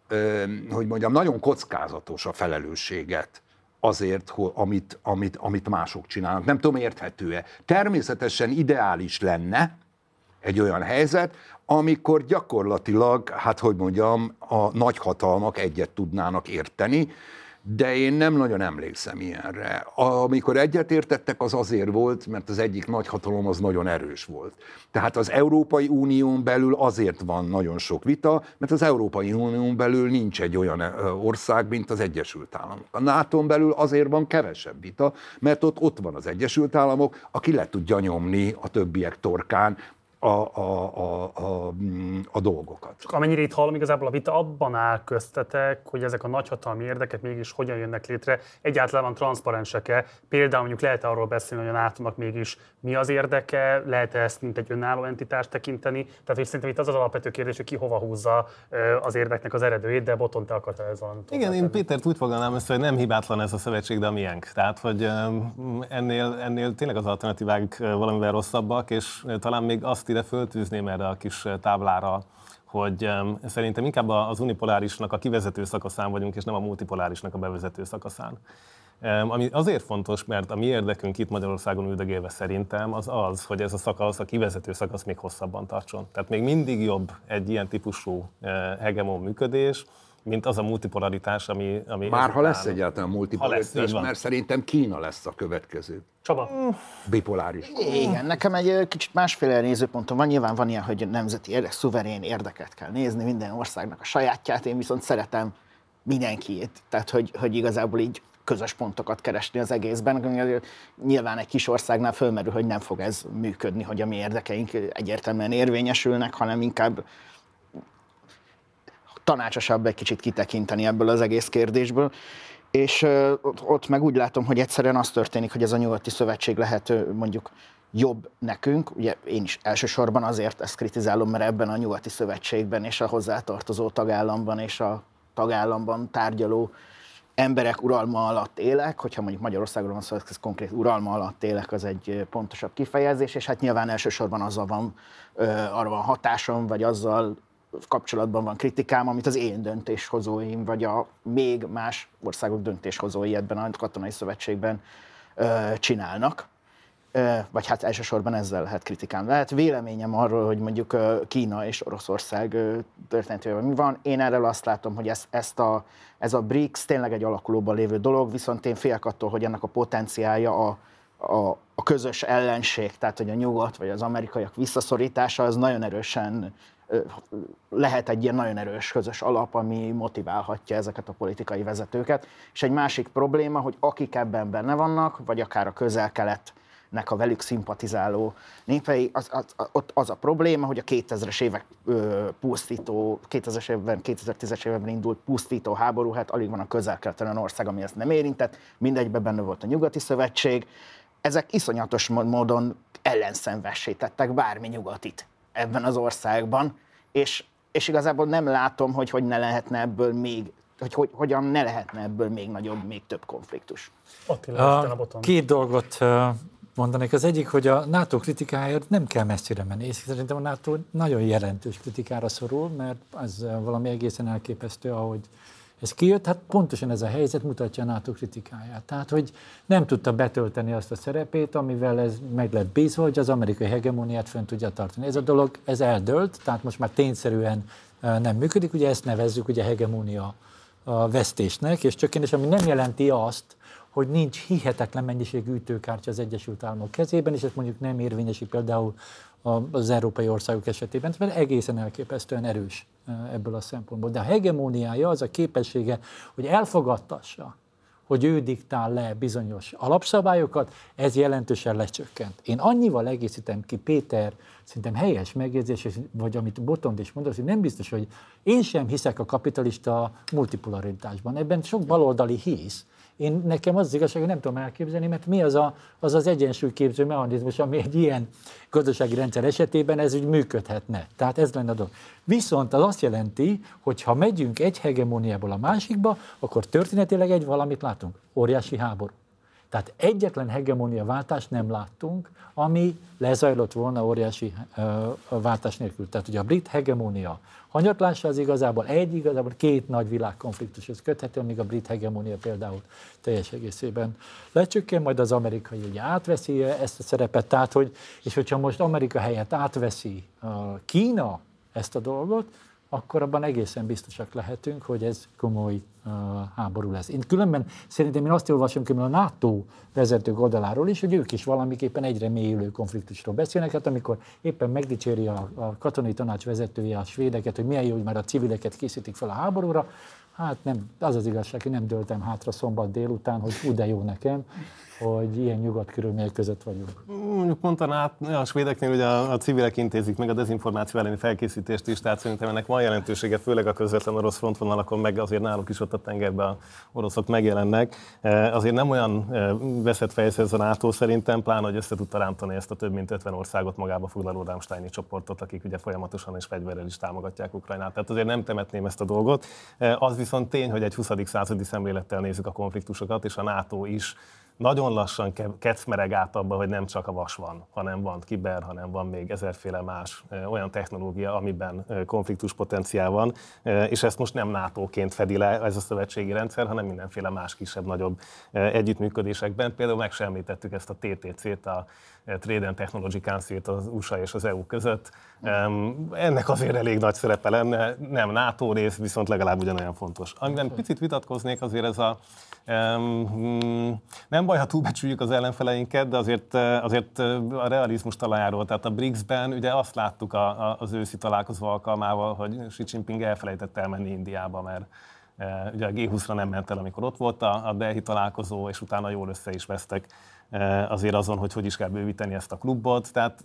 hogy mondjam, nagyon kockázatos a felelősséget azért, amit, amit, amit mások csinálnak. Nem tudom, érthető-e. Természetesen ideális lenne egy olyan helyzet, amikor gyakorlatilag, hát hogy mondjam, a nagyhatalmak egyet tudnának érteni, de én nem nagyon emlékszem ilyenre. Amikor egyetértettek, az azért volt, mert az egyik nagyhatalom az nagyon erős volt. Tehát az Európai Unión belül azért van nagyon sok vita, mert az Európai Unión belül nincs egy olyan ország, mint az Egyesült Államok. A nátón belül azért van kevesebb vita, mert ott, ott van az Egyesült Államok, aki le tudja nyomni a többiek torkán A, a, a, a, a dolgokat. Csak amennyire itt hallom, igazából a vita abban áll köztetek, hogy ezek a nagyhatalmi érdekek mégis hogyan jönnek létre, egyáltalán transzparensek-e? Például mondjuk lehet arról beszélni, hogy a nátónak mégis mi az érdeke, lehet ezt mint egy önálló entitást tekinteni? Tehát hogy szerintem itt az az alapvető kérdés, hogy ki hova húzza az érdeknek az eredőjét, de Botton, te akartál ez van. Igen, én Pétert úgy fogalmam ezt, hogy nem hibátlan ez a szövetség, de a miénk. Tehát, hogy ennél, ennél tényleg az alternatívák valamivel rosszabbak, és talán még azt ide föltűzném erre a kis táblára, hogy um, szerintem inkább az unipolárisnak a kivezető szakaszán vagyunk, és nem a multipolárisnak a bevezető szakaszán. Um, ami azért fontos, mert a mi érdekünk itt Magyarországon üldögélve szerintem az az, hogy ez a szakasz, a kivezető szakasz még hosszabban tartson. Tehát még mindig jobb egy ilyen típusú uh, hegemon működés, mint az a multipolaritás, ami... ami Már ha lesz egyáltalán multipolaritás, lesz, mert szerintem Kína lesz a következő. Csaba? Bipoláris. Igen, nekem egy kicsit másféle nézőpontom van. Nyilván van ilyen, hogy nemzeti érdek, szuverén érdeket kell nézni, minden országnak a sajátját, én viszont szeretem mindenkiét. Tehát, hogy, hogy igazából így közös pontokat keresni az egészben. Nyilván egy kis országnál fölmerül, hogy nem fog ez működni, hogy a mi érdekeink egyértelműen érvényesülnek, hanem inkább tanácsosabb egy kicsit kitekinteni ebből az egész kérdésből. És uh, ott, ott meg úgy látom, hogy egyszerűen az történik, hogy ez a nyugati szövetség lehet uh, mondjuk jobb nekünk. Ugye én is elsősorban azért ezt kritizálom, mert ebben a nyugati szövetségben és a hozzátartozó tagállamban és a tagállamban tárgyaló emberek uralma alatt élek, hogyha mondjuk Magyarországról van szó, ez konkrét uralma alatt élek, az egy pontosabb kifejezés, és hát nyilván elsősorban azzal van, uh, arra van hatásom, vagy azzal kapcsolatban van kritikám, amit az én döntéshozóim, vagy a még más országok döntéshozói ebben a katonai szövetségben ö, csinálnak. Ö, vagy hát elsősorban ezzel lehet kritikám. Lehet véleményem arról, hogy mondjuk ö, Kína és Oroszország ö, történetében mi van. Én erről azt látom, hogy ez, ezt a, ez a BRICS tényleg egy alakulóban lévő dolog, viszont én félek attól, hogy ennek a potenciálja a, a, a közös ellenség, tehát hogy a nyugat vagy az amerikaiak visszaszorítása, az nagyon erősen lehet egy ilyen nagyon erős közös alap, ami motiválhatja ezeket a politikai vezetőket. És egy másik probléma, hogy akik ebben benne vannak, vagy akár a Közel-Keletnek a velük szimpatizáló népei, az, az, ott az a probléma, hogy a kétezres évek ö, pusztító, kétezres évben, kétezer-tízes évben indult pusztító háború, hát alig van a Közel-Keleten olyan ország, ami ezt nem érintett, mindegyben benne volt a Nyugati Szövetség. Ezek iszonyatos módon ellenszenvessé tettek bármi nyugatit ebben az országban, és, és igazából nem látom, hogy hogy ne lehetne ebből még, hogy, hogy hogyan ne lehetne ebből még nagyobb, még több konfliktus. Attila, a, a két dolgot mondanék. Az egyik, hogy a NATO kritikáért nem kell messzire menni, és szerintem a NATO nagyon jelentős kritikára szorul, mert az valami egészen elképesztő, ahogy ez kijött, hát pontosan ez a helyzet mutatja a NATO kritikáját. Tehát, hogy nem tudta betölteni azt a szerepét, amivel ez meg lett bízva, hogy az amerikai hegemóniát fönn tudja tartani. Ez a dolog, ez eldőlt, tehát most már tényszerűen nem működik, ugye ezt nevezzük ugye hegemónia vesztésnek, és csökkenés, ami nem jelenti azt, hogy nincs hihetetlen mennyiségű ütőkártya az Egyesült Államok kezében, és ez mondjuk nem érvényesít például az európai országok esetében, mert egészen elképesztően erős ebből a szempontból. De a hegemóniája az a képessége, hogy elfogadtassa, hogy ő diktál le bizonyos alapszabályokat, ez jelentősen lecsökkent. Én annyival egészítem ki Péter szerintem helyes megjegyzés, vagy amit Botond is mondott, hogy nem biztos, hogy én sem hiszek a kapitalista multipolaritásban. Ebben sok baloldali hisz, Én nekem az az igazság, hogy nem tudom elképzelni, mert mi az a, az, az egyensúlyképző mechanizmus, ami egy ilyen gazdasági rendszer esetében ez úgy működhetne. Tehát ez lenne a dolog. Viszont az azt jelenti, hogy ha megyünk egy hegemóniából a másikba, akkor történetileg egy valamit látunk. Óriási háború. Tehát egyetlen hegemónia váltást nem láttunk, ami lezajlott volna óriási uh, váltás nélkül. Tehát ugye a brit hegemónia hanyatlása az igazából egy, igazából két nagy világkonfliktushoz köthető, míg a brit hegemónia például teljes egészében lecsökken, majd az amerikai ugye átveszi ezt a szerepet, tehát hogy, és hogyha most Amerika helyett átveszi uh, Kína ezt a dolgot, akkor abban egészen biztosak lehetünk, hogy ez komoly uh, háború lesz. Én különben szerintem én azt olvasom ki a NATO vezetők oldaláról is, hogy ők is valamiképpen egyre mélyülő konfliktusról beszélnek. Hát amikor éppen megdicséri a, a katonai tanács vezetője a svédeket, hogy milyen jó, hogy már a civileket készítik fel a háborúra, hát nem, az az igazság, hogy nem dőltem hátra szombat délután, hogy hú, de jó nekem, hogy ilyen nyugodt körülmények között vagyunk. Mondjuk pont a, a svédeknél ugye a, a civilek intézik meg a dezinformáció elleni felkészítést is, tehát szerintem ennek van jelentősége, főleg a közvetlen orosz frontvonalakon, meg azért náluk is ott a tengerben a oroszok megjelennek. Azért nem olyan veszett fejsze ez a NATO szerintem, pláne, hogy össze tudta rántani ezt a több mint ötven országot magába foglaló Rammsteini csoportot, akik ugye folyamatosan és fegyverrel is támogatják Ukrajnát. Tehát azért nem temetném ezt a dolgot. Az viszont tény, hogy egy huszadik századi szemlélettel nézzük a konfliktusokat, és a NATO is nagyon lassan kecmereg át abba, hogy nem csak a vas van, hanem van kiber, hanem van még ezerféle más olyan technológia, amiben konfliktus potenciál van, és ezt most nem nátóként fedi le ez a szövetségi rendszer, hanem mindenféle más kisebb-nagyobb együttműködésekben. Például meg sem említettük ezt a té té cét, a Trade and Technology Council-t az u es á és az é u között. Ennek azért elég nagy szerepe lenne, nem NATO rész, viszont legalább ugyanolyan fontos. Amiben picit vitatkoznék, azért ez a nem baj, ha túlbecsüljük az ellenfeleinket, de azért, azért a realizmus talajáról, tehát a BRICS-ben ugye azt láttuk a, a, az őszi találkozó alkalmával, hogy Xi Jinping elfelejtett elmenni Indiába, mert ugye a gé húszra nem ment el, amikor ott volt a, a Delhi találkozó, és utána jól össze is vesztek azért azon, hogy hogy is kell bővíteni ezt a klubot. Tehát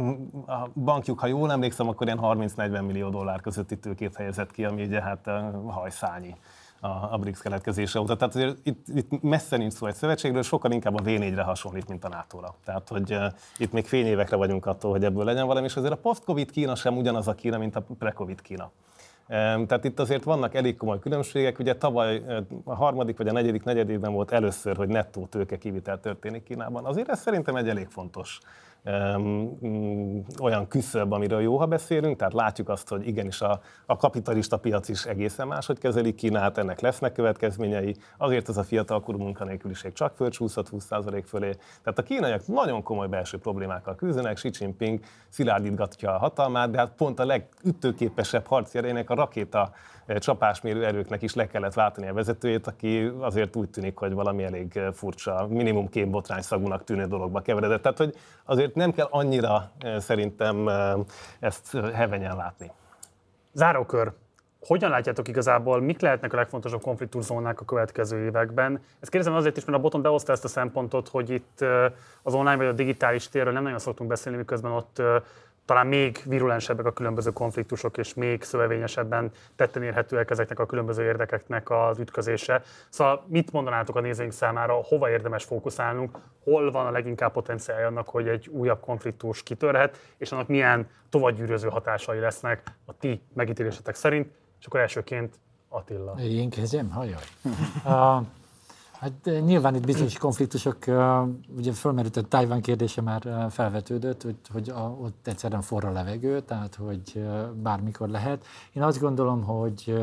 a bankjuk, ha jól emlékszem, akkor ilyen harminc-negyven millió dollár közötti tőkét helyezett ki, ami ugye hát hajszányi a BRICS keletkezése óta. Tehát azért itt, itt messze nincs szó egy szövetségről, sokkal inkább a vé négyre hasonlít, mint a nátóra. Tehát, hogy uh, itt még fényévekre vagyunk attól, hogy ebből legyen valami, és azért a post-covid Kína sem ugyanaz a Kína, mint a pre-covid Kína. Um, tehát itt azért vannak elég komoly különbségek. Ugye tavaly uh, a harmadik vagy a negyedik negyedében volt először, hogy nettó tőke kivitel történik Kínában. Azért ez szerintem egy elég fontos Um, um, olyan küszöb, amiről jó, ha beszélünk, tehát látjuk azt, hogy igenis a, a kapitalista piac is egészen máshogy kezeli Kínát, ennek lesznek következményei, azért ez a fiatalkorú munkanélküliség csak fölcsúszott húsz százalék fölé. Tehát a kínaiak nagyon komoly belső problémákkal küzdenek, Xi Jinping szilárdítgatja a hatalmát, de hát pont a legütőképesebb harci erejének, a rakéta csapásmérő erőknek is le kellett váltani a vezetőjét, aki azért úgy tűnik, hogy valami elég furcsa, minimum kémbotrány szagúnak tűnő dologba keveredett. Tehát, hogy azért nem kell annyira szerintem ezt hevenyen látni. Zárókör. Hogyan látjátok igazából, mik lehetnek a legfontosabb konfliktuszónák a következő években? Ezt kérdezem azért is, mert a Boton behozta ezt a szempontot, hogy itt az online vagy a digitális térről nem nagyon szoktunk beszélni, miközben ott talán még virulensebbek a különböző konfliktusok, és még szövevényesebben tetten érhetőek ezeknek a különböző érdekeknek az ütközése. Szóval mit mondanátok a nézőink számára, hova érdemes fókuszálnunk, hol van a leginkább potenciálja annak, hogy egy újabb konfliktus kitörhet, és annak milyen tovagyűröző hatásai lesznek a ti megítélésetek szerint, és akkor elsőként Attila. Én kezdjem? Hajjaj. uh, Hát nyilván itt bizonyos konfliktusok, ugye fölmerült a Tajvan kérdése már felvetődött, hogy, hogy a, ott egyszerűen forra levegő, tehát hogy bármikor lehet. Én azt gondolom, hogy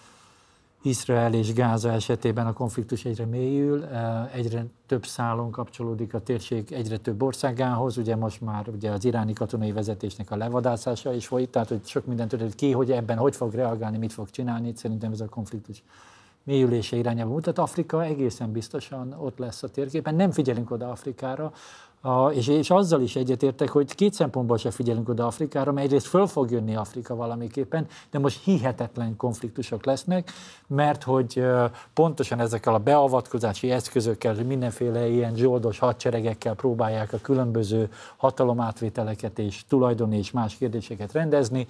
Izrael és Gáza esetében a konfliktus egyre mélyül, egyre több szálon kapcsolódik a térség egyre több országához, ugye most már ugye az iráni katonai vezetésnek a levadászása is folyik, tehát hogy sok mindent tudod ki, hogy ebben hogy fog reagálni, mit fog csinálni, szerintem ez a konfliktus mélyülése irányába mutat. Afrika egészen biztosan ott lesz a térképen, nem figyelünk oda Afrikára, és, és azzal is egyetértek, hogy két szempontból sem figyelünk oda Afrikára, mert egyrészt föl fog jönni Afrika valamiképpen, de most hihetetlen konfliktusok lesznek, mert hogy pontosan ezekkel a beavatkozási eszközökkel, mindenféle ilyen zsoldos hadseregekkel próbálják a különböző hatalomátvételeket és tulajdoni és más kérdéseket rendezni.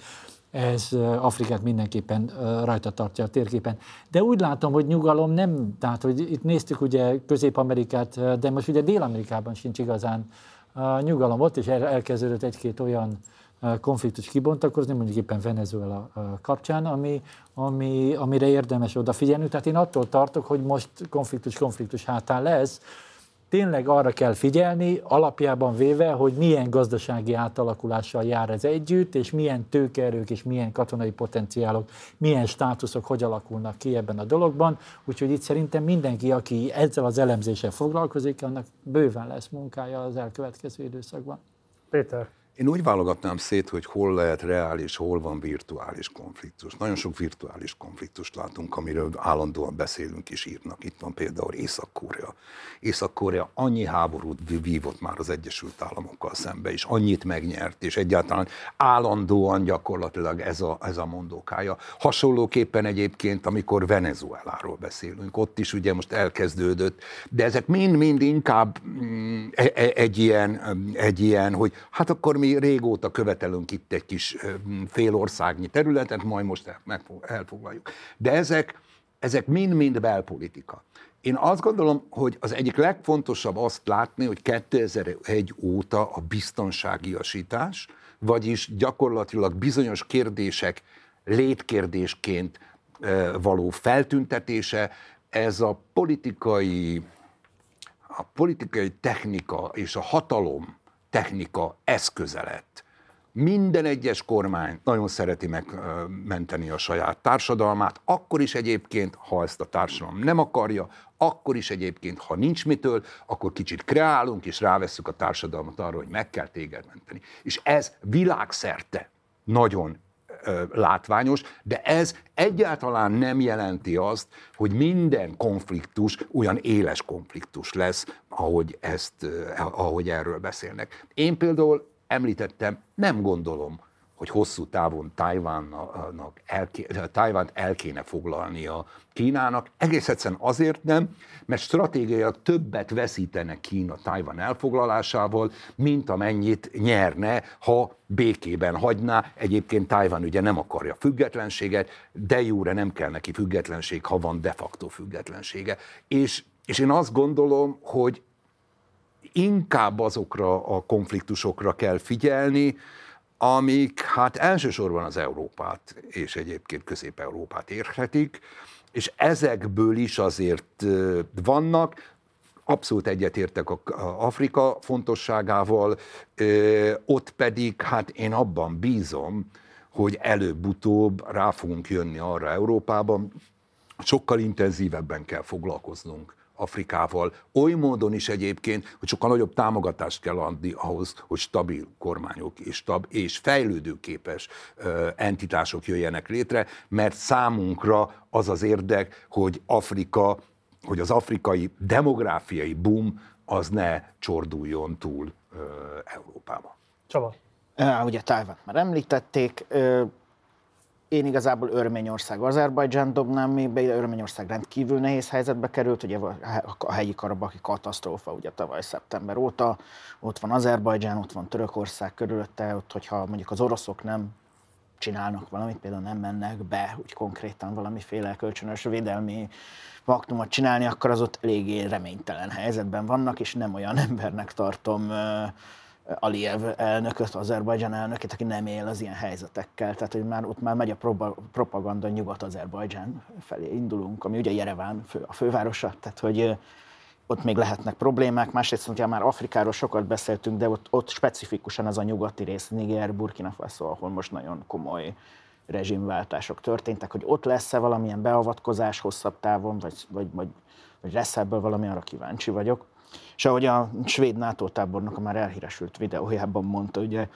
ez Afrikát mindenképpen rajta tartja a térképen. De úgy látom, hogy nyugalom nem, tehát hogy itt néztük ugye Közép-Amerikát, de most ugye Dél-Amerikában sincs igazán nyugalom. Ott is elkezdődött egy-két olyan konfliktus kibontakozni, mondjuk éppen Venezuela kapcsán, ami, ami, amire érdemes odafigyelni. Tehát én attól tartok, hogy most konfliktus-konfliktus hátán lesz. Tényleg arra kell figyelni, alapjában véve, hogy milyen gazdasági átalakulással jár ez együtt, és milyen tőkeerők és milyen katonai potenciálok, milyen státuszok hogy alakulnak ki ebben a dologban. Úgyhogy itt szerintem mindenki, aki ezzel az elemzéssel foglalkozik, annak bőven lesz munkája az elkövetkező időszakban. Péter. Én úgy válogatnám szét, hogy hol lehet reális, hol van virtuális konfliktus. Nagyon sok virtuális konfliktust látunk, amiről állandóan beszélünk és írnak. Itt van például Észak-Korea. Észak-Korea annyi háborút vívott már az Egyesült Államokkal szembe, és annyit megnyert, és egyáltalán állandóan gyakorlatilag ez a, ez a mondókája. Hasonlóképpen egyébként, amikor Venezueláról beszélünk, ott is ugye most elkezdődött, de ezek mind-mind inkább mm, egy ilyen, egy ilyen, hogy hát akkor mi régóta követelünk itt egy kis félországnyi területet, majd most elfoglaljuk. De ezek, ezek mind-mind belpolitika. Én azt gondolom, hogy az egyik legfontosabb azt látni, hogy kétezer-egy óta a biztonságiasítás, vagyis gyakorlatilag bizonyos kérdések létkérdésként való feltüntetése, ez a politikai, a politikai technika és a hatalom technika eszköze lett. Minden egyes kormány nagyon szereti megmenteni a saját társadalmát, akkor is egyébként, ha ezt a társadalom nem akarja, akkor is egyébként, ha nincs mitől, akkor kicsit kreálunk, és rávesszük a társadalmat arra, hogy meg kell téged menteni. És ez világszerte nagyon ö, látványos, de ez egyáltalán nem jelenti azt, hogy minden konfliktus olyan éles konfliktus lesz, ahogy, ezt, ahogy erről beszélnek. Én például említettem, nem gondolom, hogy hosszú távon Tajvánnak el, Tajvánt el kéne foglalnia Kínának. Egész egyszerűen azért nem, mert stratégiailag többet veszítene Kína Tajván elfoglalásával, mint amennyit nyerne, ha békében hagyná. Egyébként Tajván ugye nem akarja függetlenséget, de jure nem kell neki függetlenség, ha van de facto függetlensége. És, és én azt gondolom, hogy inkább azokra a konfliktusokra kell figyelni, amik hát elsősorban az Európát és egyébként Közép-Európát érhetik, és ezekből is azért vannak, abszolút egyetértek a Afrika fontosságával, ott pedig hát én abban bízom, hogy előbb-utóbb rá fogunk jönni arra Európában, sokkal intenzívebben kell foglalkoznunk Afrikával, oly módon is egyébként, hogy sokkal nagyobb támogatást kell adni ahhoz, hogy stabil kormányok és, stab- és fejlődőképes uh, entitások jöjjenek létre, mert számunkra az az érdek, hogy Afrika, hogy az afrikai demográfiai boom az ne csorduljon túl uh, Európába. Csaba. Uh, ugye Tajvant már említették, uh, én igazából Örményország, Azerbajdzsán dobnám még be, Örményország rendkívül nehéz helyzetbe került, ugye a hegyi karabaki katasztrófa ugye tavaly szeptember óta, ott van Azerbajdzsán, ott van Törökország körülötte, ott hogyha mondjuk az oroszok nem csinálnak valamit, például nem mennek be, úgy konkrétan valamiféle kölcsönös védelmi paktumot csinálni, akkor az ott eléggé reménytelen helyzetben vannak, és nem olyan embernek tartom Aliyev elnököt, Azerbajdzsán elnökét, aki nem él az ilyen helyzetekkel. Tehát, hogy már ott már megy a propaganda, Nyugat-Azerbajdzsán felé indulunk, ami ugye Jereván fő, a fővárosa, tehát hogy ott még lehetnek problémák. Másrészt, ugye már Afrikáról sokat beszéltünk, de ott, ott specifikusan az a nyugati rész, Niger, Burkina Faso, ahol most nagyon komoly rezsimváltások történtek, hogy ott lesz-e valamilyen beavatkozás hosszabb távon, vagy, vagy, vagy, vagy lesz ebből valami, arra kíváncsi vagyok. És ahogy a svéd NATO tábornok a már elhíresült videójában mondta, ugye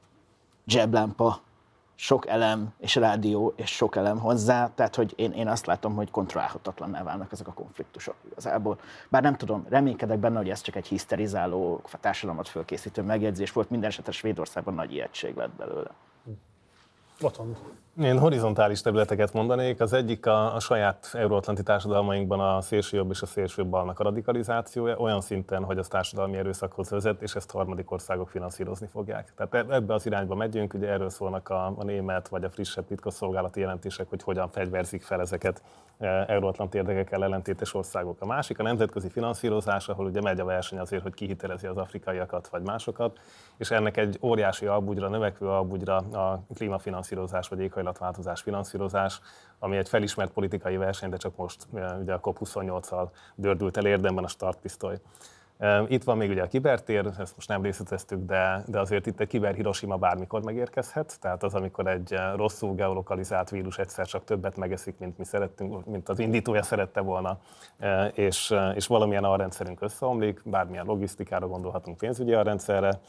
zseblámpa, sok elem és rádió és sok elem hozzá, tehát hogy én, én azt látom, hogy kontrollálhatatlanná válnak ezek a konfliktusok igazából. Bár nem tudom, reménykedek benne, hogy ez csak egy hiszterizáló, társadalmat fölkészítő megjegyzés volt, minden esetre Svédországban nagy ijegység lett belőle. Botond. Én horizontális területeket mondanék. Az egyik a, a saját euróatlanti társadalmainkban a szélső jobb és a szélső balnak a radikalizációja, olyan szinten, hogy az társadalmi erőszakhoz vezet, és ezt harmadik országok finanszírozni fogják. Tehát ebbe az irányba megyünk, ugye erről szólnak a, a német vagy a frissebb titkosszolgálati jelentések, hogy hogyan fegyverzik fel ezeket euróatlanti érdekekkel ellentétes országok. A másik a nemzetközi finanszírozás, ahol ugye megy a verseny azért, hogy kihitelezi az afrikaiakat vagy másokat, és ennek egy óriási albugyra, növekvő albugyra a klímafinanszírozás vagy éghajlatváltozás finanszírozás, ami egy felismert politikai verseny, de csak most ugye a COP huszonnyolccal dördült el érdemben a startpisztoly. Itt van még ugye a kibertér, ezt most nem részleteztük, de, de azért itt egy kiber Hiroshima bármikor megérkezhet, tehát az, amikor egy rosszul geolokalizált vírus egyszer csak többet megeszik, mint mi szerettünk, mint az indítója szerette volna, és, és valamilyen alrendszerünk összeomlik, bármilyen logisztikára gondolhatunk, pénzügyi alrendszerre,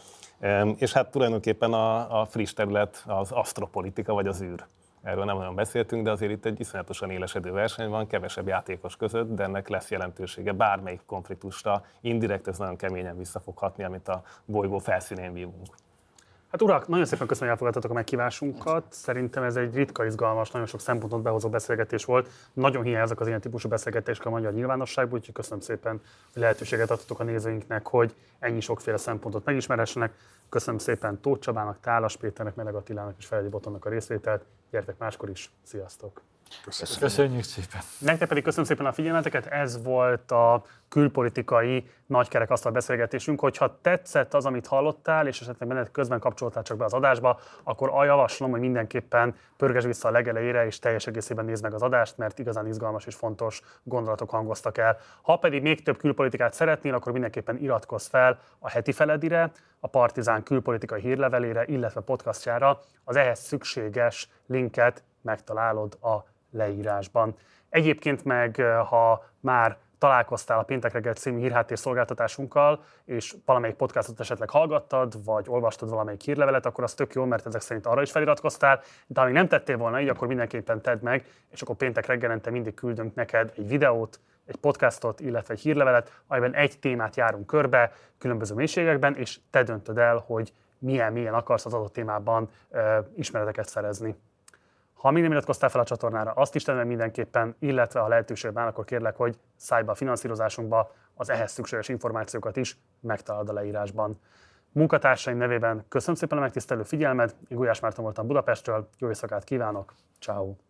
és hát tulajdonképpen a, a friss terület az asztropolitika vagy az űr. Erről nem olyan beszéltünk, de azért itt egy iszonyatosan élesedő verseny van, kevesebb játékos között, de ennek lesz jelentősége bármelyik konfliktusra. Indirekt ez nagyon keményen vissza fog hatni, amit a bolygó felszínén vívunk. Hát urak, nagyon szépen köszönöm, hogy elfogadtatok a meghívásunkat. Szerintem ez egy ritka, izgalmas, nagyon sok szempontot behozó beszélgetés volt. Nagyon hiányoznak az ilyen típusú beszélgetések a magyar nyilvánosságból, úgyhogy köszönöm szépen, hogy lehetőséget adtatok a nézőinknek, hogy ennyi sokféle szempontot megismerhessenek. Köszönöm szépen Tóth Csabának, Tálas Péternek, Meleg Attilának és Feledi Botondnak a részvételt. Gyertek máskor is, sziasztok! Köszönjük, Köszönjük szépen! Nektek pedig köszönöm szépen a figyelmeteket, ez volt a külpolitikai nagykerekasztal beszélgetésünk. Hogyha tetszett az, amit hallottál, és esetleg benned közben kapcsoltál csak be az adásba, akkor a javaslom, hogy mindenképpen pörgesd vissza a legelejére, és teljes egészében nézd meg az adást, mert igazán izgalmas és fontos gondolatok hangoztak el. Ha pedig még több külpolitikát szeretnél, akkor mindenképpen iratkozz fel a Heti Feledire, a Partizán külpolitikai hírlevelére, illetve podcastjára. Az ehhez szükséges linket megtalálod a leírásban. Egyébként meg, ha már találkoztál a Péntek reggel című hírháttér szolgáltatásunkkal, és valamelyik podcastot esetleg hallgattad, vagy olvastad valamelyik hírlevelet, akkor az tök jó, mert ezek szerint arra is feliratkoztál, de ha még nem tettél volna így, akkor mindenképpen tedd meg, és akkor péntek reggelente mindig küldünk neked egy videót, egy podcastot, illetve egy hírlevelet, amiben egy témát járunk körbe különböző mélységekben, és te döntöd el, hogy milyen, milyen akarsz az adott témában uh, ismereteket szerezni. Ha még nem iratkoztál fel a csatornára, azt is tedd mindenképpen, illetve ha lehetőséged áll, akkor kérlek, hogy szállj be a finanszírozásunkba, az ehhez szükséges információkat is megtalálod a leírásban. Munkatársaim nevében köszönöm szépen a megtisztelő figyelmed, én Gulyás Márton voltam Budapestről, jó éjszakát kívánok, ciao.